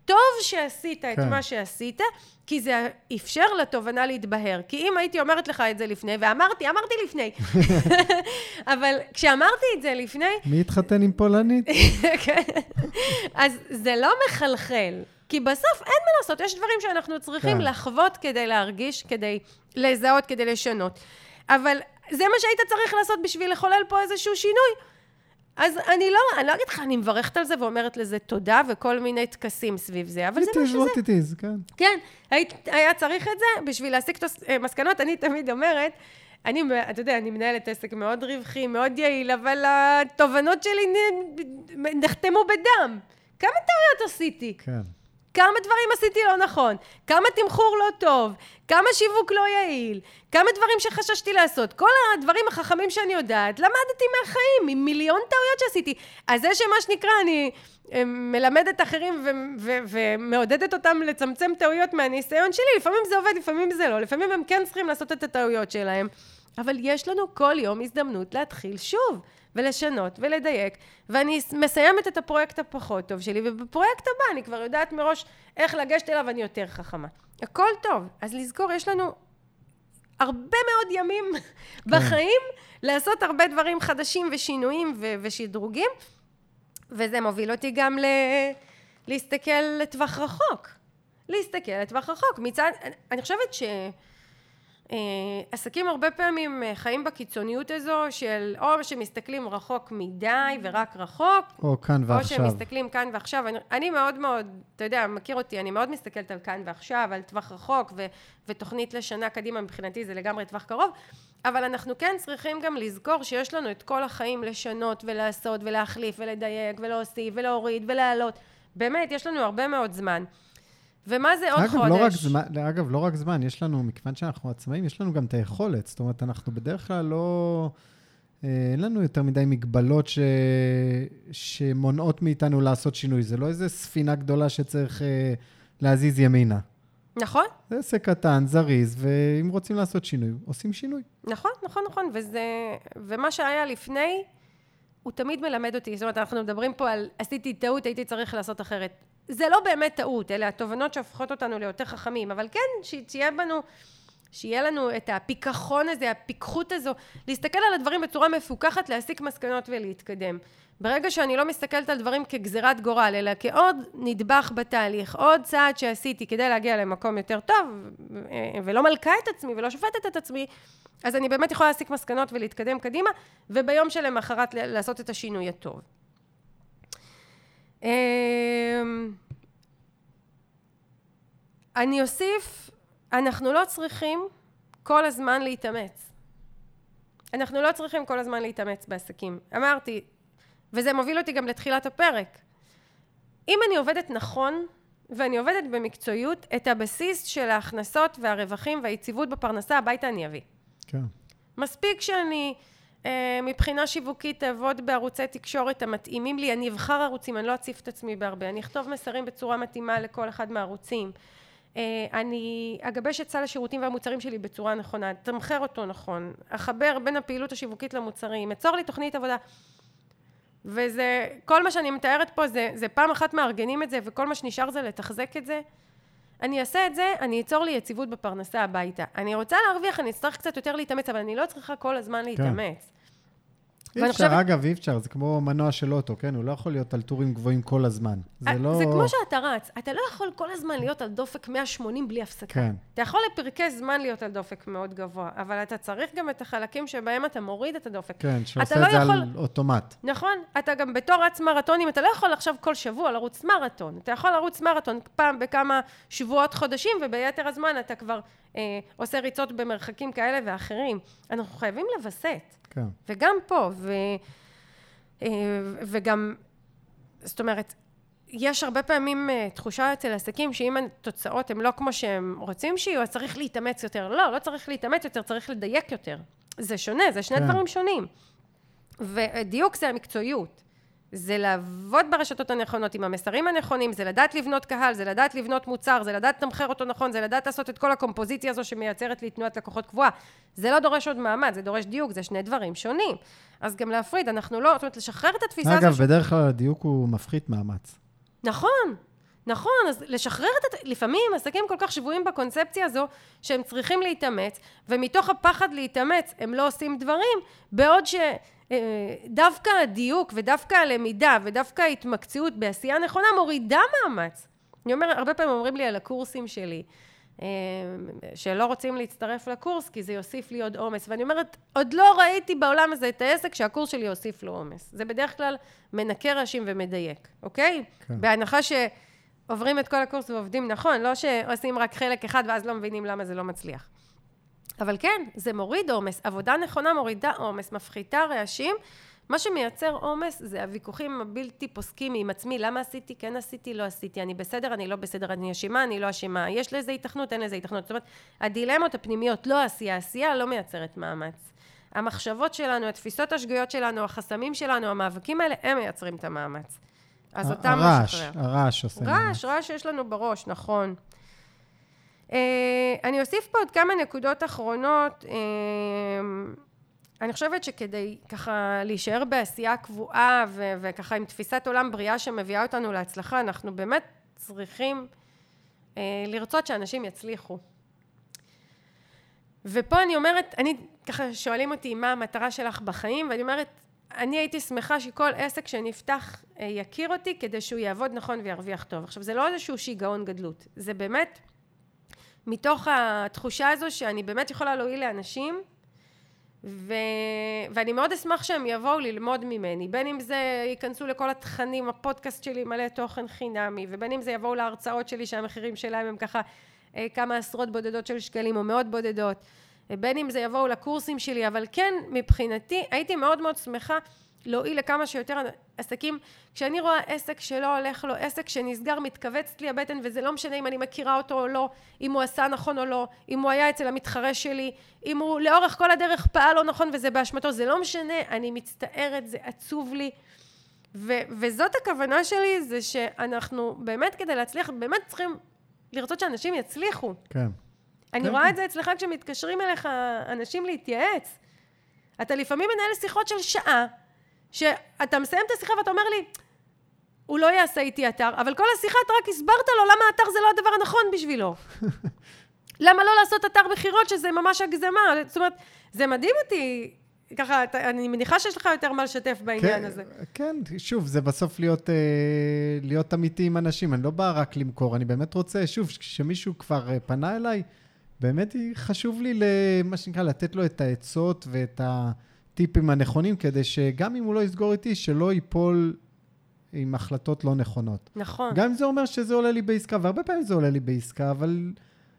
טוב שעשית את מה שעשית, כי זה אפשר לתובנה להתבהר. כי אם הייתי אומרת לך את זה לפני, אמרתי לפני. אבל כשאמרתי את זה לפני... מי התחתן עם פולנית? אז זה לא מחלחל. כי בסוף אין מה לעשות, יש דברים שאנחנו צריכים לחוות כדי להרגיש, כדי לזהות, כדי לשנות. אבל זה מה שהיית צריך לעשות בשביל לחולל פה איזשהו שינוי. אז אני לא אגיד לך, אני מברכת על זה ואומרת לזה תודה וכל מיני תקסים סביב זה, אבל זה מה שזה. It is what it is, כן. כן, היה צריך את זה בשביל להסיק מסקנות, אני תמיד אומרת, אתה יודע, אני מנהלת עסק מאוד רווחי, מאוד יעיל, אבל התובנות שלי נחתמו בדם. כמה טעויות עשיתי? כן. כמה דברים עשיתי לא נכון, כמה תמחור לא טוב, כמה שיווק לא יעיל, כמה דברים שחששתי לעשות, כל הדברים החכמים שאני יודעת, למדתי מהחיים, עם מיליון טעויות שעשיתי. אז זה שמה שנקרא, אני מלמדת אחרים ומעודדת אותם לצמצם טעויות מהניסיון שלי, לפעמים זה עובד, לפעמים זה לא, לפעמים הם כן צריכים לעשות את הטעויות שלהם, אבל יש לנו כל יום הזדמנות להתחיל שוב. ולשנות ולדייק, ואני מסיימת את הפרויקט הפחות טוב שלי, ובפרויקט הבא אני כבר יודעת מראש איך לגשת אליו, אני יותר חכמה. הכל טוב, אז לזכור, יש לנו הרבה מאוד ימים בחיים, לעשות הרבה דברים חדשים ושינויים ושדרוגים, וזה מוביל אותי גם להסתכל לטווח רחוק. מצד, אני חושבת עסקים הרבה פעמים חיים בקיצוניות הזו של או שמסתכלים רחוק מדי ורק רחוק, או כאן ועכשיו. או שמסתכלים כאן ועכשיו. אני מאוד מאוד, אתה יודע, מכיר אותי, אני מאוד מסתכלת על כאן ועכשיו, על טווח רחוק ותוכנית לשנה קדימה, מבחינתי זה לגמרי טווח קרוב, אבל אנחנו כן צריכים גם לזכור שיש לנו את כל החיים לשנות ולעשות ולהחליף ולדייק ולהוסיף ולהוריד ולהעלות. באמת, יש לנו הרבה מאוד זמן. ומה זה עוד חודש? אגב, לא רק זמן, יש לנו, מכיוון שאנחנו עצמאים, יש לנו גם את היכולת. זאת אומרת, אנחנו בדרך כלל לא... אין לנו יותר מדי מגבלות שמונעות מאיתנו לעשות שינוי. זה לא איזו ספינה גדולה שצריך להזיז ימינה. נכון. זה עסק קטן, זריז, ואם רוצים לעשות שינוי, עושים שינוי. נכון. ומה שהיה לפני, הוא תמיד מלמד אותי. זאת אומרת, אנחנו מדברים פה על עשיתי טעות, הייתי צריך לעשות אחרת. זה לא באמת טעות, אלה התובנות שהופכות אותנו ליותר חכמים, אבל כן, שיהיה לנו את הפיקחון הזה, הפיקחות הזו, להסתכל על הדברים בצורה מפוקחת, להסיק מסקנות ולהתקדם. ברגע שאני לא מסתכלת על דברים כגזירת גורל, אלא כעוד נדבך בתהליך, עוד צעד שעשיתי כדי להגיע למקום יותר טוב, ולא מלכה את עצמי ולא שופטת את עצמי, אז אני באמת יכולה להסיק מסקנות ולהתקדם קדימה, וביום שלמחרת לעשות את השינוי הטוב. אני אוסיף, אנחנו לא צריכים כל הזמן להתאמץ. אנחנו לא צריכים כל הזמן להתאמץ בעסקים. אמרתי, וזה מוביל אותי גם לתחילת הפרק. אם אני עובדת נכון, ואני עובדת במקצועיות, את הבסיס של ההכנסות והרווחים והיציבות בפרנסה, הביתה אני אביא. כן. מספיק שאני מבחינה שיווקית אעבוד בערוצי תקשורת המתאימים לי, אני אבחר ערוצים, אני לא אציף את עצמי בהרבה, אני אכתוב מסרים בצורה מתאימה לכל אחד מהערוצים, אני אגבש את סל השירותים והמוצרים שלי בצורה נכונה, תמחר אותו נכון, אחבר בין הפעילות השיווקית למוצרים, אצור לי תוכנית עבודה, וזה, כל מה שאני מתארת פה זה פעם אחת מארגנים את זה, וכל מה שנשאר זה לתחזק את זה, אני אעשה את זה, אני אצור לי יציבות בפרנסה הביתה. אני רוצה להרוויח, אני אצטרך קצת יותר להתאמץ, אבל אני לא צריכה כל הזמן להתאמץ. אי אפשר, אגב, אי אפשר, זה כמו מנוע של אוטו, כן? הוא לא יכול להיות על טורים גבוהים כל הזמן. זה כמו שאתה רץ, אתה לא יכול כל הזמן להיות על דופק 180 בלי הפסקה. כן. אתה יכול לפרקי זמן להיות על דופק מאוד גבוה, אבל אתה צריך גם את החלקים שבהם אתה מוריד את הדופק. כן, שעושה את זה על אוטומט. נכון, אתה גם בתור רץ מרתונים, אתה לא יכול עכשיו כל שבוע לרוץ מרתון. אתה יכול לרוץ מרתון פעם בכמה שבועות, חודשים, וביתר הזמן אתה כבר עושה ריצות במרחקים כאלה ואחרים. אנחנו חייבים לבסט. כן. וגם פה, וגם, זאת אומרת, יש הרבה פעמים תחושה אצל עסקים שאם התוצאות הן לא כמו שהם רוצים שיהיו, אז צריך להתאמץ יותר. לא צריך להתאמץ יותר, צריך לדייק יותר. זה שונה, זה שני דברים שונים. ודיוק זה המקצועיות. זה לעבוד ברשתות הנכונות עם המסרים הנכונים, זה לדעת לבנות קהל, זה לדעת לבנות מוצר, זה לדעת תמחר אותו נכון, זה לדעת לעשות את כל הקומפוזיציה הזו שמייצרת לי תנועת לקוחות קבועה. זה לא דורש עוד מעמד, זה דורש דיוק, זה שני דברים שונים. אז גם להפריד, אנחנו לא, זאת אומרת, לשחרר את התפיסה הזו. אגב, בדרך כלל הדיוק הוא מפחית מאמץ. נכון, נכון, אז לשחרר לפעמים עסקים כל כך שבויים בקונספציה הזו, שהם צריכים להתאמץ, ומתוך הפחד להתאמץ הם לא עושים דברים, בעוד שדווקא הדיוק ודווקא הלמידה ודווקא ההתמקצעות בעשייה נכונה מורידה מאמץ. אני אומר, הרבה פעמים אומרים לי על הקורסים שלי, שלא רוצים להצטרף לקורס, כי זה יוסיף לי עוד עומס. ואני אומרת, עוד לא ראיתי בעולם הזה את העסק שהקורס שלי יוסיף לו עומס. זה בדרך כלל מנקה ראשים ומדייק, אוקיי? כן. בהנחה שעוברים את כל הקורס ועובדים נכון, לא שעושים רק חלק אחד ואז לא מבינים למה זה לא מצליח. אבל כן, זה מוריד עומס. עבודה נכונה מורידה עומס, מפחיתה רעשים. מה שמייצר עומס זה הוויכוחים הבלתי פוסקים עם עצמי, למה עשיתי, כן עשיתי, לא עשיתי, אני בסדר, אני לא בסדר, אני אשמה, אני לא אשמה, יש לזה התכנות, אין לזה התכנות. זאת אומרת, הדילמות הפנימיות, לא עשייה, עשייה לא מייצרת מאמץ. המחשבות שלנו, התפיסות השגויות שלנו, החסמים שלנו, המאבקים האלה, הם מייצרים את המאמץ. אז אותם משחרר. הרעש עושה מאמץ. רעש שיש לנו בראש, נכון. אני אוסיף פה עוד כמה נקודות אחרונות. אני חושבת שכדי ככה להישאר בעשייה קבועה וככה עם תפיסת עולם בריאה שמביאה אותנו להצלחה, אנחנו באמת צריכים לרצות שאנשים יצליחו. ופה אני אומרת, אני ככה שואלים אותי מה המטרה שלך בחיים, ואני אומרת, אני הייתי שמחה שכל עסק שנפתח יכיר אותי כדי שהוא יעבוד נכון וירוויח טוב. עכשיו, זה לא איזשהו שיגעון גדלות, זה באמת מתוך התחושה הזו שאני באמת יכולה להועיל לאנשים, ואני מאוד אשמח שהם יבואו ללמוד ממני, בין אם זה ייכנסו לכל התכנים, הפודקאסט שלי מלא תוכן חינמי, ובין אם זה יבואו להרצאות שלי שהמחירים שלהם הם ככה כמה עשרות בודדות של שקלים או מאות בודדות, בין אם זה יבואו לקורסים שלי, אבל כן, מבחינתי הייתי מאוד מאוד שמחה להועיל לכמה שיותר עסקים. כשאני רואה עסק שלא הולך לו, עסק שנסגר, מתכווצת לי הבטן, וזה לא משנה אם אני מכירה אותו או לא, אם הוא עשה נכון או לא, אם הוא היה אצל המתחרה שלי, אם הוא לאורך כל הדרך פעל לא נכון וזה באשמתו, זה לא משנה, אני מצטערת, זה עצוב לי. וזאת הכוונה שלי, זה שאנחנו באמת כדי להצליח, באמת צריכים לרצות שאנשים יצליחו. כן. אני רואה את זה אצלך כשמתקשרים אליך אנשים להתייעץ. אתה לפעמים מנהל שיחות של שעה, שאתה מסיים את השיחה ואתה אומר לי, הוא לא יעשה איתי אתר, אבל כל השיחה אתה רק הסברת לו למה האתר זה לא הדבר הנכון בשבילו. למה לא לעשות אתר בחירות שזה ממש הגזמה? זאת אומרת, זה מדהים אותי, ככה, אני מניחה שיש לך יותר מה לשתף בעניין הזה. כן, שוב, זה בסוף להיות אמיתי עם אנשים, אני לא בא רק למכור, אני באמת רוצה, שוב, כשמישהו כבר פנה אליי, באמת חשוב לי, מה שנקרא, לתת לו את העצות ואת הטיפים הנכונים, כדי שגם אם הוא לא יסגור איתי, שלא ייפול עם החלטות לא נכונות. נכון. גם אם זה אומר שזה עולה לי בעסקה, והרבה פעמים זה עולה לי בעסקה, אבל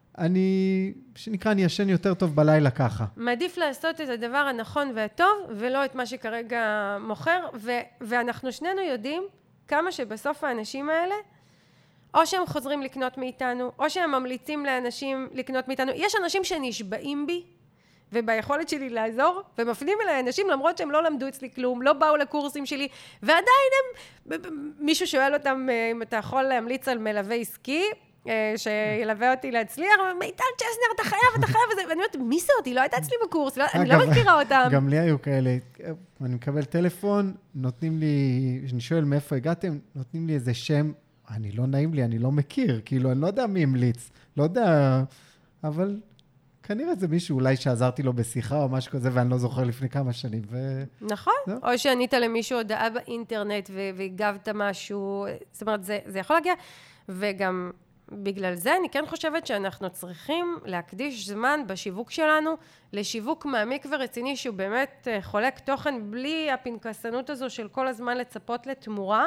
שנקרא, אני ישן יותר טוב בלילה ככה. מעדיף לעשות את הדבר הנכון והטוב, ולא את מה שכרגע מוכר, ואנחנו שנינו יודעים כמה שבסוף האנשים האלה, או שהם חוזרים לקנות מאיתנו, או שהם ממליצים לאנשים לקנות מאיתנו. יש אנשים שנשבעים בי, וביכולת שלי לעזור, ומפנים אליי אנשים למרות שהם לא למדו אצלי כלום, לא באו לקורסים שלי, ועדיין מישהו שואל אותם אם אתה יכול להמליץ על מלווה עסקי, שילווה אותי להצליח, מיטל צ'סנר, אתה חייב, ואני אומרת, מי זה אותי? לא הייתה אצלי בקורס, אני לא מכירה אותם. גם לי היו כאלה, אני מקבל טלפון, נותנים לי, אני שואל מאיפה הגעתם, נותנים לי איזה שם, אני לא נעים לי, אני לא מכיר, כאילו, אני לא יודע מי המליץ, לא יודע, אבל כנראה זה מישהו אולי שעזרתי לו בשיחה או משהו כזה, ואני לא זוכר לפני כמה שנים. נכון, או שענית למישהו הודעה באינטרנט והגבת משהו, זאת אומרת, זה יכול להגיע, וגם בגלל זה אני כן חושבת שאנחנו צריכים להקדיש זמן בשיווק שלנו, לשיווק מעמיק ורציני, שהוא באמת חולק תוכן בלי הפנקסנות הזו של כל הזמן לצפות לתמורה,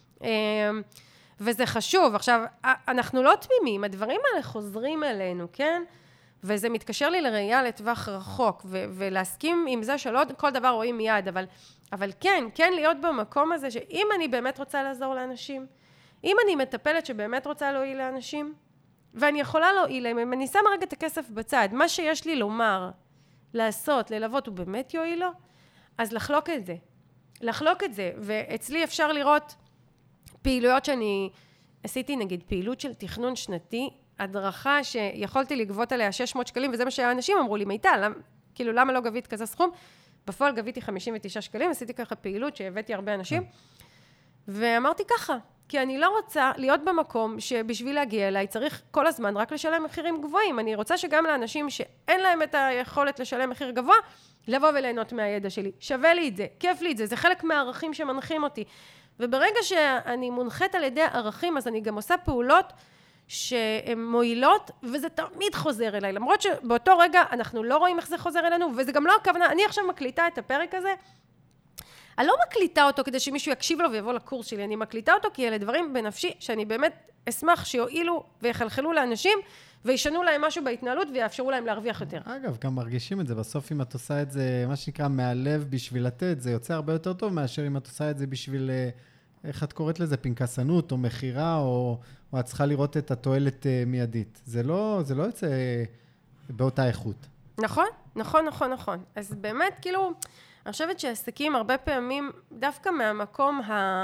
וזה חשוב. עכשיו, אנחנו לא תמימים, הדברים האלה חוזרים אלינו, כן? וזה מתקשר לי לראייה לטווח רחוק, ולהסכים עם זה שלא כל דבר רואים מיד, אבל כן להיות במקום הזה, שאם אני באמת רוצה לעזור לאנשים, אם אני מטפלת שבאמת רוצה להועיל לאנשים, ואני יכולה להועיל להם, אם אני שמה רגע את הכסף בצד, מה שיש לי לומר, לעשות, ללוות, הוא באמת יועיל לו, אז לחלוק את זה, ואצלי אפשר לראות פעילויות שאני עשיתי, נגיד פעילות של תכנון שנתי, הדרכה שיכולתי לגבות עליה 600 שקלים, וזה מה שהאנשים אמרו לי, מיטל, כאילו למה לא גבית כזה סכום? בפועל גביתי 59 שקלים, עשיתי ככה פעילות שהבאתי הרבה אנשים, ואמרתי ככה, כי אני לא רוצה להיות במקום שבשביל להגיע אליי צריך כל הזמן רק לשלם מחירים גבוהים. אני רוצה שגם לאנשים שאין להם את היכולת לשלם מחיר גבוה, לבוא וליהנות מהידע שלי. שווה לי את זה, כיף לי את זה, זה חלק מהערכים שמנחים אותי. וברגע שאני מונחת על ידי ערכים, אז אני גם עושה פעולות שהן מועילות, וזה תמיד חוזר אליי. למרות שבאותו רגע אנחנו לא רואים איך זה חוזר אלינו, וזה גם לא הכוונה. אני עכשיו מקליטה את הפרק הזה, אני לא מקליטה אותו כדי שמישהו יקשיב לו ויבוא לקורס שלי, אני מקליטה אותו כי אלה דברים בנפשי שאני באמת אשמח שיועילו ויחלחלו לאנשים וישנו להם משהו בהתנהלות ויאפשרו להם להרוויח יותר. אגב, גם מרגישים את זה. בסוף אם את עושה את זה, מה שנקרא, מהלב בשביל לתת, זה יוצא הרבה יותר טוב מאשר אם את עושה את זה בשביל, איך את קוראת לזה, פנקסנות או מחירה, או את צריכה לראות את התועלת מיידית. זה לא יוצא באותה איכות. נכון, נכון, נכון, נכון. אז באמת, כאילו, אני חושבת שעסקים הרבה פעמים, דווקא מהמקום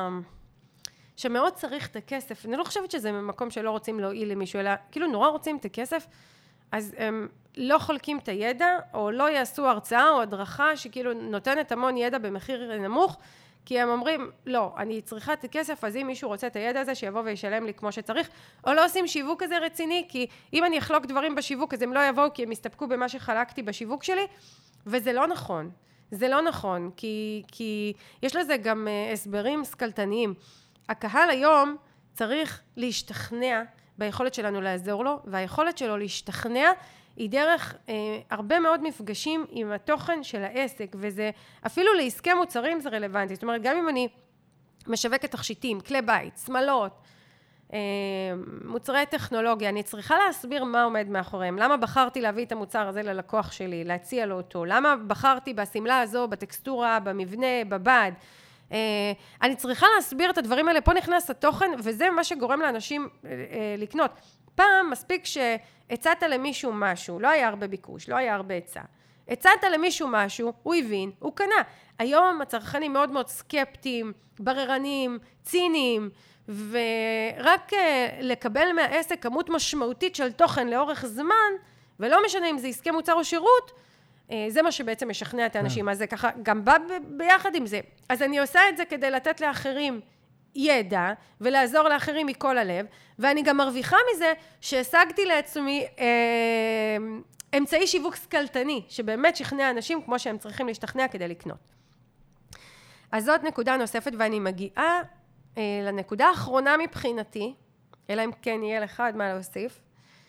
שמאוד צריך את הכסף, אני לא חושבת שזה ממקום שלא רוצים להועיל למישהו, אלא כאילו נורא רוצים את הכסף, אז הם לא חולקים את הידע, או לא יעשו הרצאה או הדרכה שכאילו נותנת המון ידע במחיר נמוך, כי הם אומרים, לא, אני צריכה את הכסף, אז אם מישהו רוצה את הידע הזה, שיבוא וישלם לי כמו שצריך, או לא עושים שיווק כזה רציני, כי אם אני אחלוק דברים בשיווק, אז הם לא יבואו, כי הם יסתפקו במה שחלקתי בשיווק שלי, וזה לא נכון. זה לא נכון, כי יש לזה גם הסברים סקלטניים. הקהל היום צריך להשתכנע ביכולת שלנו לעזור לו, והיכולת שלו להשתכנע היא דרך הרבה מאוד מפגשים עם התוכן של העסק, וזה אפילו לעסקי מוצרים זה רלוונטי. זאת אומרת, גם אם אני משווקת תכשיטים, כלי בית, שמלות, מוצרי טכנולוגיה, אני צריכה להסביר מה עומד מאחוריהם, למה בחרתי להביא את המוצר הזה ללקוח שלי, להציע לו אותו, למה בחרתי בסמלה הזו, בטקסטורה, במבנה, בבד, אני צריכה להסביר את הדברים האלה, פה נכנס התוכן, וזה מה שגורם לאנשים לקנות. פעם מספיק שהצעת למישהו משהו, לא היה הרבה ביקוש, לא היה הרבה הצעה, הצעת למישהו משהו, הוא הבין, הוא קנה. היום הצרכנים מאוד מאוד סקפטיים, בררנים, ציניים, ורק לקבל מהעסק כמות משמעותית של תוכן לאורך זמן, ולא משנה אם זה עסקי מוצר או שירות, זה מה שבעצם משכנע את האנשים. אז זה ככה, גם בא ביחד עם זה. אז אני עושה את זה כדי לתת לאחרים ידע, ולעזור לאחרים מכל הלב, ואני גם מרוויחה מזה שהשגתי לעצמי אמצעי שיווק סקלטני, שבאמת שכנע אנשים כמו שהם צריכים להשתכנע כדי לקנות. אז זאת נקודה נוספת, ואני מגיעה לנקודה האחרונה מבחינתי, אלא אם כן יהיה לך עוד מה להוסיף,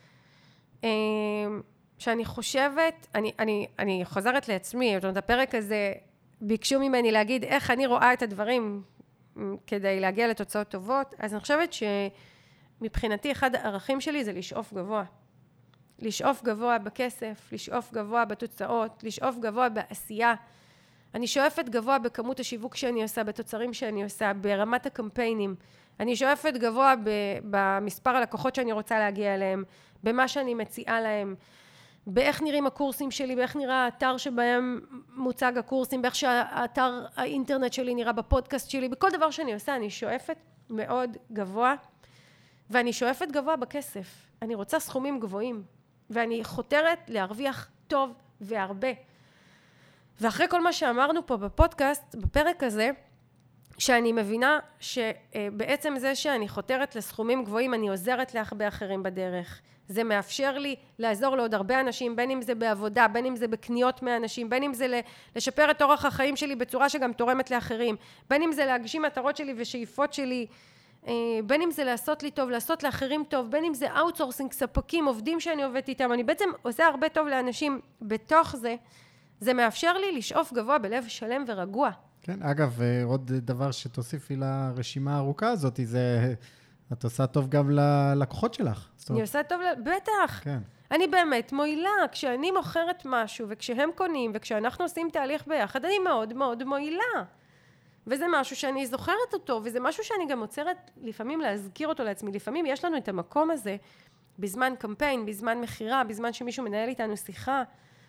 שאני חושבת, אני חוזרת לעצמי, זאת אומרת, הפרק הזה ביקשו ממני להגיד איך אני רואה את הדברים כדי להגיע לתוצאות טובות, אז אני חושבת שמבחינתי אחד הערכים שלי זה לשאוף גבוה. לשאוף גבוה בכסף, לשאוף גבוה בתוצאות, לשאוף גבוה בעשייה. אני שואפת גבוה בכמות השיווק שאני עושה, בתוצרים שאני עושה, ברמת הקמפיינים. אני שואפת גבוה במספר הלקוחות שאני רוצה להגיע אליהם, במה שאני מציעה להם, באיך נראים הקורסים שלי, באיך נראה האתר שבהם מוצג הקורסים, באיך שהאתר האינטרנט שלי נראה בפודקאסט שלי, בכל דבר שאני עושה אני שואפת מאוד גבוה, ואני שואפת גבוה בכסף. אני רוצה סכומים גבוהים, ואני חותרת להרוויח טוב והרבה. ואחרי כל מה שאמרנו פה בפודקאסט, בפרק הזה, שאני מבינה שבעצם זה שאני חותרת לסכומים גבוהים, אני עוזרת להרבה אחרים בדרך. זה מאפשר לי לעזור לעוד הרבה אנשים, בין אם זה בעבודה, בין אם זה בקניות מאנשים, בין אם זה לשפר את אורח החיים שלי בצורה שגם תורמת לאחרים, בין אם זה להגשים מטרות שלי ושאיפות שלי, בין אם זה לעשות לי טוב, לעשות לאחרים טוב, בין אם זה אאוטסורסינג, ספקים, עובדים שאני עובדת איתם, אני בעצם עושה הרבה טוב לאנשים בתוך זה, זה מאפשר לי לשאוף גבוה בלב שלם ורגוע. כן, אגב, עוד דבר שתוסיפי לרשימה הארוכה הזאת, זה, את עושה טוב גם ללקוחות שלך. אני עושה טוב, בטח. כן. אני באמת מועילה, כשאני מוכרת משהו, וכשהם קונים, וכשאנחנו עושים תהליך ביחד, אני מאוד מאוד מועילה. וזה משהו שאני זוכרת אותו, וזה משהו שאני גם עוצרת לפעמים להזכיר אותו לעצמי. לפעמים יש לנו את המקום הזה, בזמן קמפיין, בזמן מחירה, בזמן שמישהו מנהל איתנו שיחה,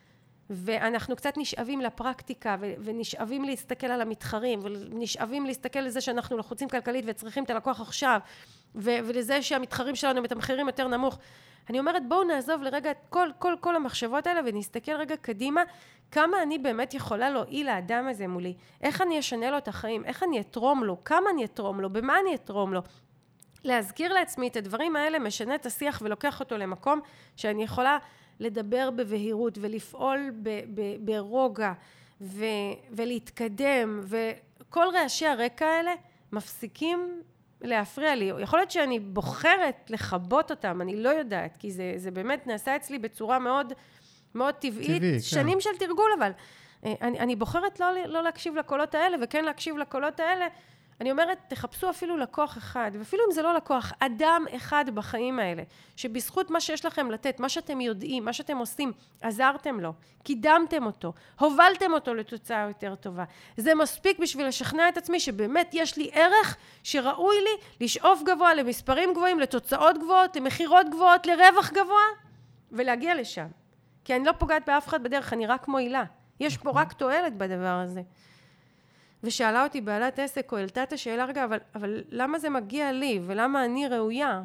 ואנחנו קצת נשאבים לפרקטיקה, ונשאבים להסתכל על המתחרים, ונשאבים להסתכל על זה שאנחנו לחוצים כלכלית וצריכים את הלקוח עכשיו, ולזה שהמתחרים שלנו מתמחרים יותר נמוך. אני אומרת, בואו נעזוב לרגע את כל המחשבות האלה, ונסתכל רגע קדימה, כמה אני באמת יכולה להועיל לאדם הזה מולי, איך אני אשנה לו את החיים, איך אני אתרום לו, כמה אני אתרום לו, במה אני אתרום לו, להזכיר לעצמי את הדברים האלה, משנה את השיח ולוקח אותו למקום שאני יכולה לדבר בבהירות ולפעול ברוגע ולהתקדם, וכל רעשי הרקע האלה מפסיקים להפריע לי. יכול להיות שאני בוחרת לחבות אותם, אני לא יודעת, כי זה באמת נעשה אצלי בצורה מאוד, מאוד טבעית, שנים כן. של תרגול, אבל אני בוחרת לא להקשיב לקולות האלה, וכן להקשיב לקולות האלה. אני אומרת, תחפשו אפילו לקוח אחד, ואפילו אם זה לא לקוח, אדם אחד בחיים האלה, שבזכות מה שיש לכם לתת, מה שאתם יודעים, מה שאתם עושים, עזרתם לו, קידמתם אותו, הובלתם אותו לתוצאה יותר טובה. זה מספיק בשביל לשכנע את עצמי שבאמת יש לי ערך שראוי לי לשאוף גבוה, למספרים גבוהים, לתוצאות גבוהות, למחירות גבוהות, לרווח גבוה, ולהגיע לשם. כי אני לא פוגעת באף אחד בדרך, אני רק מועילה. יש פה רק תועלת בדבר הזה. ושאלה אותי בעלת עסק, או העלתה את השאלה, רגע, אבל למה זה מגיע לי, ולמה אני ראויה?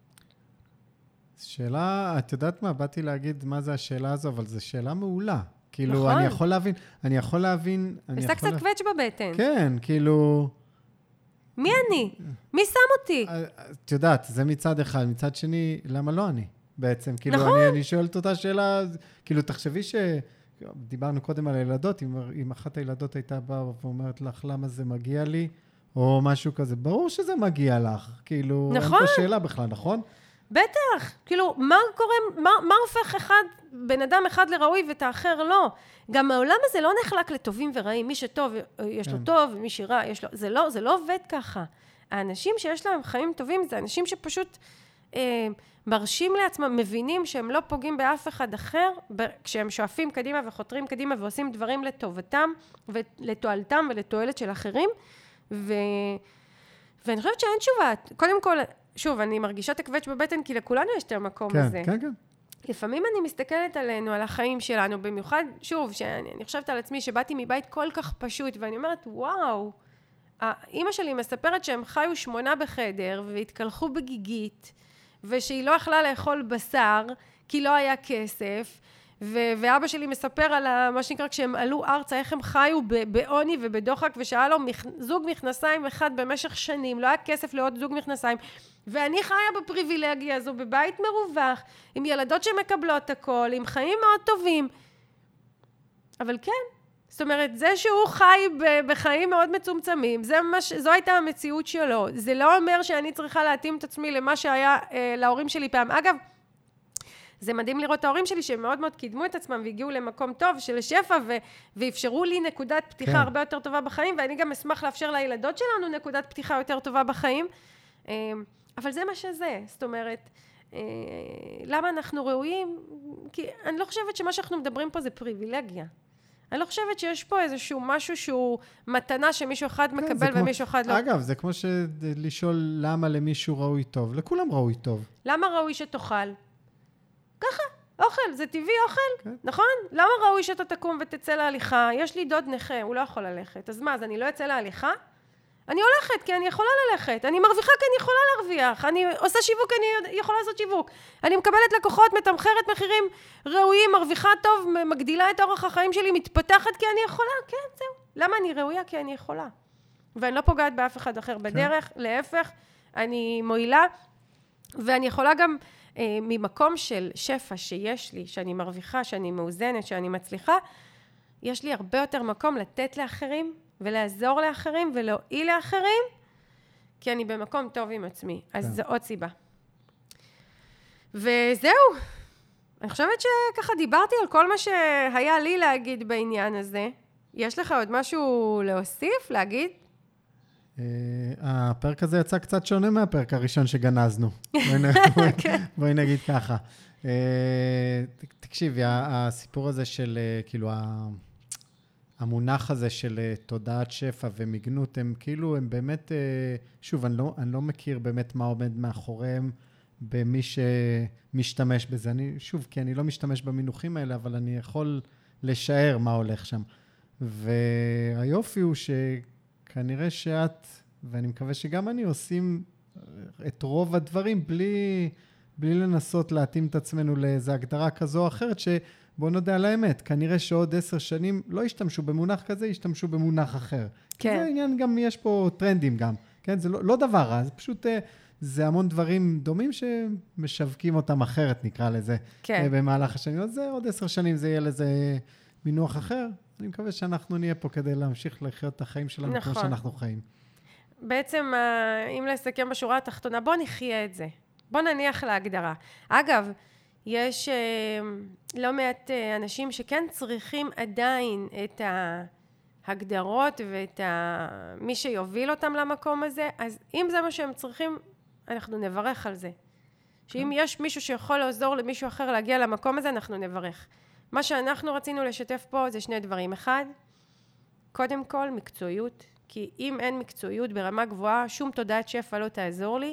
שאלה, את יודעת מה? באתי להגיד מה זה השאלה הזו, אבל זו שאלה מעולה. כאילו, נכון. אני יכול להבין... עשה קצת קווץ' בבטן. כן, כאילו... מי אני? מי שם אותי? את יודעת, זה מצד אחד. מצד שני, למה לא אני? בעצם, כאילו, נכון. אני שואלת אותה שאלה, כאילו, תחשבי דיברנו קודם על הילדות, אם אחת הילדות הייתה באה ואומרת לך למה זה מגיע לי, או משהו כזה, ברור שזה מגיע לך, כאילו, נכון. אין פה שאלה בכלל, נכון? בטח, כאילו, מה קורה, מה הופך בן אדם אחד לראוי ואת האחר לא? גם העולם הזה לא נחלק לטובים ורעים, מי שטוב יש לו טוב, ומי שרע יש לו, זה לא עובד ככה. האנשים שיש להם חיים טובים, זה אנשים שפשוט... מרשים לעצמם, מבינים שהם לא פוגעים באף אחד אחר, כשהם שואפים קדימה וחותרים קדימה ועושים דברים לטובתם ולתועלתם ולתועלת של אחרים, ואני חושבת שאין תשובה. קודם כל, שוב, אני מרגישה את הקווץ' בבטן, כי לכולנו יש את המקום הזה. כן, כן. לפעמים אני מסתכלת עלינו, על החיים שלנו, במיוחד, שוב, שאני חושבת על עצמי שבאתי מבית כל כך פשוט, ואני אומרת, וואו, אמא שלי מספרת שהם חיו 8 בחדר, והתקלחו בגיגית, ושהיא לא יכלה לאכול בשר, כי לא היה כסף, ואבא שלי מספר על מה שנקרא, כשהם עלו ארצה, איך הם חיו בעוני ובדוחק, ושהיה לו זוג מכנסיים אחד במשך שנים, לא היה כסף לעוד זוג מכנסיים, ואני חיה בפריבילגיה הזו, בבית מרווח, עם ילדות שמקבלות הכל, עם חיים מאוד טובים. אבל כן, זאת אומרת, זה שהוא חי בחיים מאוד מצומצמים, זו הייתה המציאות שלו. זה לא אומר שאני צריכה להתאים את עצמי למה שהיה להורים שלי פעם. אגב, זה מדהים לראות את ההורים שלי שהם מאוד מאוד קידמו את עצמם והגיעו למקום טוב של שפע ואפשרו לי נקודת פתיחה הרבה יותר טובה בחיים, ואני גם אשמח לאפשר לילדות שלנו נקודת פתיחה יותר טובה בחיים. אבל זה מה שזה. זאת אומרת, למה אנחנו ראויים? כי אני לא חושבת שמה שאנחנו מדברים פה זה פריבילגיה. אני לא חושבת שיש פה איזשהו משהו שהוא מתנה שמישהו אחד מקבל ומישהו אחד לא. אגב, זה כמו לשאול למה למישהו ראוי טוב. לכולם ראוי טוב. למה ראוי שתאכל? ככה, אוכל, זה טבעי אוכל, נכון? למה ראוי שאתה תקום ותצא להליכה? יש לי דוד נכה, הוא לא יכול ללכת. אז מה, אז אני לא אצא להליכה? אני הולכת כי אני יכולה ללכת, אני מרוויחה כי אני יכולה להרוויח, אני עושה שיווק, אני יכולה לעשות שיווק, אני מקבלת לקוחות, מתמחרת מחירים ראויים, מרוויחה טוב, מגדילה את אורח החיים שלי, מתפתחת כי אני יכולה, כן, זהו. למה אני ראויה? כי אני יכולה. ואני לא פוגעת באף אחד אחר בדרך, להפך, אני מועילה, ואני יכולה גם ממקום של שפע שיש לי, שאני מרוויחה, שאני מאוזנת, שאני מצליחה, יש לי הרבה יותר מקום לתת לאחרים, ולעזור לאחרים ולהועיל לאחרים, כי אני במקום טוב עם עצמי. אז זו עוד סיבה. וזהו. אני חושבת שככה דיברתי על כל מה שהיה לי להגיד בעניין הזה. יש לך עוד משהו להוסיף, להגיד? הפרק הזה יצא קצת שונה מהפרק הראשון שגנזנו. בואי נגיד ככה. תקשיבי, הסיפור הזה של כאילו המונח הזה של תודעת שפע ומגנות, הם כאילו, הם באמת, שוב, אני לא מכיר באמת מה עומד מאחוריהם במי שמשתמש בזה. שוב, כי אני לא משתמש במינוחים האלה, אבל אני יכול לשער מה הולך שם. והיופי הוא שכנראה שאת, ואני מקווה שגם אני, עושים את רוב הדברים בלי לנסות להתאים את עצמנו לאיזו הגדרה כזו או אחרת, בוא נודע על האמת, כנראה שעוד 10 שנים לא ישתמשו במונח כזה, ישתמשו במונח אחר. כן. זה עניין גם, יש פה טרנדים גם, כן? זה לא דבר רע, זה פשוט זה המון דברים דומים שמשווקים אותם אחרת, נקרא לזה. כן. במהלך השנים. אז עוד 10 שנים זה יהיה לזה מינוח אחר. אני מקווה שאנחנו נהיה פה כדי להמשיך לחיות את החיים שלנו נכון. כמו שאנחנו חיים. בעצם, אם לסכם בשורה התחתונה, בוא נחיה את זה. בוא נניח להגדרה. אגב, יש לא מעט אנשים שכן צריכים עדיין את ההגדרות ואת מי שיוביל אותם למקום הזה, אז אם זה מה שהם צריכים, אנחנו נברך על זה. שאם יש מישהו שיכול לעזור למישהו אחר להגיע למקום הזה, אנחנו נברך. מה שאנחנו רצינו לשתף פה זה 2 דברים. אחד, קודם כל מקצועיות, כי אם אין מקצועיות ברמה גבוהה, שום תודעת שפע לא תעזור לי.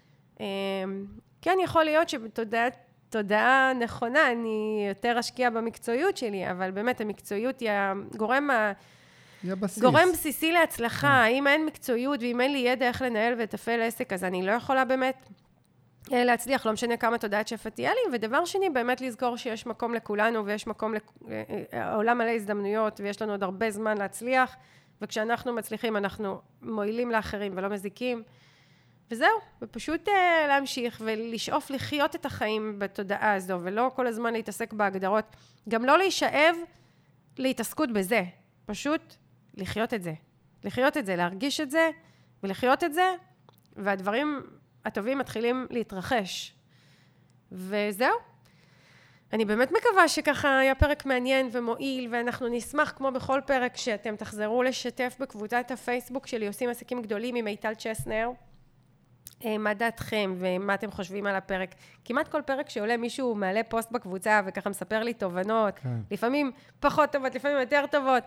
כן, יכול להיות שבתודעה נכונה, אני יותר אשקיע במקצועיות שלי, אבל באמת המקצועיות היא הגורם גורם בסיסי להצלחה. אם אין מקצועיות ואם אין לי ידע איך לנהל ולתפעל עסק, אז אני לא יכולה באמת להצליח, לא משנה כמה תודעת שפע תהיה לי. ודבר שני, באמת לזכור שיש מקום לכולנו, ויש מקום, העולם מלא הזדמנויות, ויש לנו עוד הרבה זמן להצליח, וכשאנחנו מצליחים, אנחנו מועילים לאחרים ולא מזיקים. וזהו, ופשוט להמשיך ולשאוף לחיות את החיים בתודעה הזו, ולא כל הזמן להתעסק בהגדרות. גם לא להישאב להתעסקות בזה, פשוט לחיות את זה. לחיות את זה, להרגיש את זה, ולחיות את זה, והדברים הטובים מתחילים להתרחש. וזהו. אני באמת מקווה שככה היה פרק מעניין ומועיל, ואנחנו נשמח כמו בכל פרק שאתם תחזרו לשתף בקבוצת הפייסבוק שלי, עושים עסקים גדולים עם מיטל צ'סנר. מה דעתכם ומה אתם חושבים על הפרק? כמעט כל פרק שעולה מישהו מעלה פוסט בקבוצה וככה מספר לי תובנות, לפעמים פחות טובות, לפעמים יותר טובות,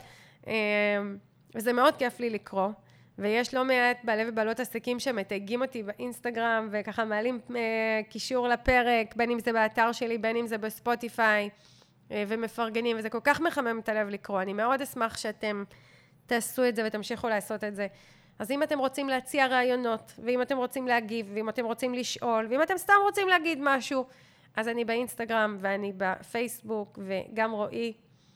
וזה מאוד כיף לי לקרוא. ויש לא מעט בעלי ובעלות עסקים שמתייגים אותי באינסטגרם, וככה מעלים קישור לפרק, בין אם זה באתר שלי, בין אם זה בספוטיפיי, ומפרגנים, וזה כל כך מחמם את הלב לקרוא. אני מאוד אשמח שאתם תעשו את זה ותמשיכו לעשות את זה. אז אם אתם רוצים להציע רעיונות, ואם אתם רוצים להגיב, ואם אתם רוצים לשאול, ואם אתם סתם רוצים להגיד משהו, אז אני באינסטגרם, ואני בפייסבוק, וגם רועי,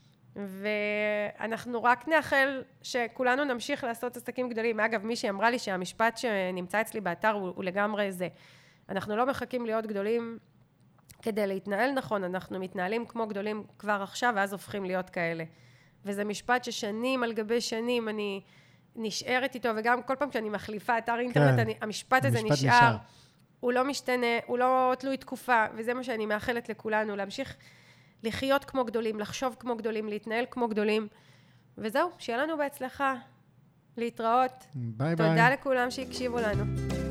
ואנחנו רק נאחל שכולנו נמשיך לעשות עסקים גדולים. אגב, מישהי אמרה לי שהמשפט שנמצא אצלי באתר הוא לגמרי זה. אנחנו לא מחכים להיות גדולים כדי להתנהל נכון, אנחנו מתנהלים כמו גדולים כבר עכשיו, ואז הופכים להיות כאלה. וזה משפט ששנים על גבי שנים אני נשארת איתו, וגם כל פעם כשאני מחליפה אתר אינטרנט, המשפט הזה נשאר. הוא לא משתנה, הוא לא תלוי תקופה, וזה מה שאני מאחלת לכולנו, להמשיך לחיות כמו גדולים, לחשוב כמו גדולים, להתנהל כמו גדולים, וזהו, שיהיה לנו בהצלחה, להתראות. ביי ביי. תודה לכולם שהקשיבו לנו.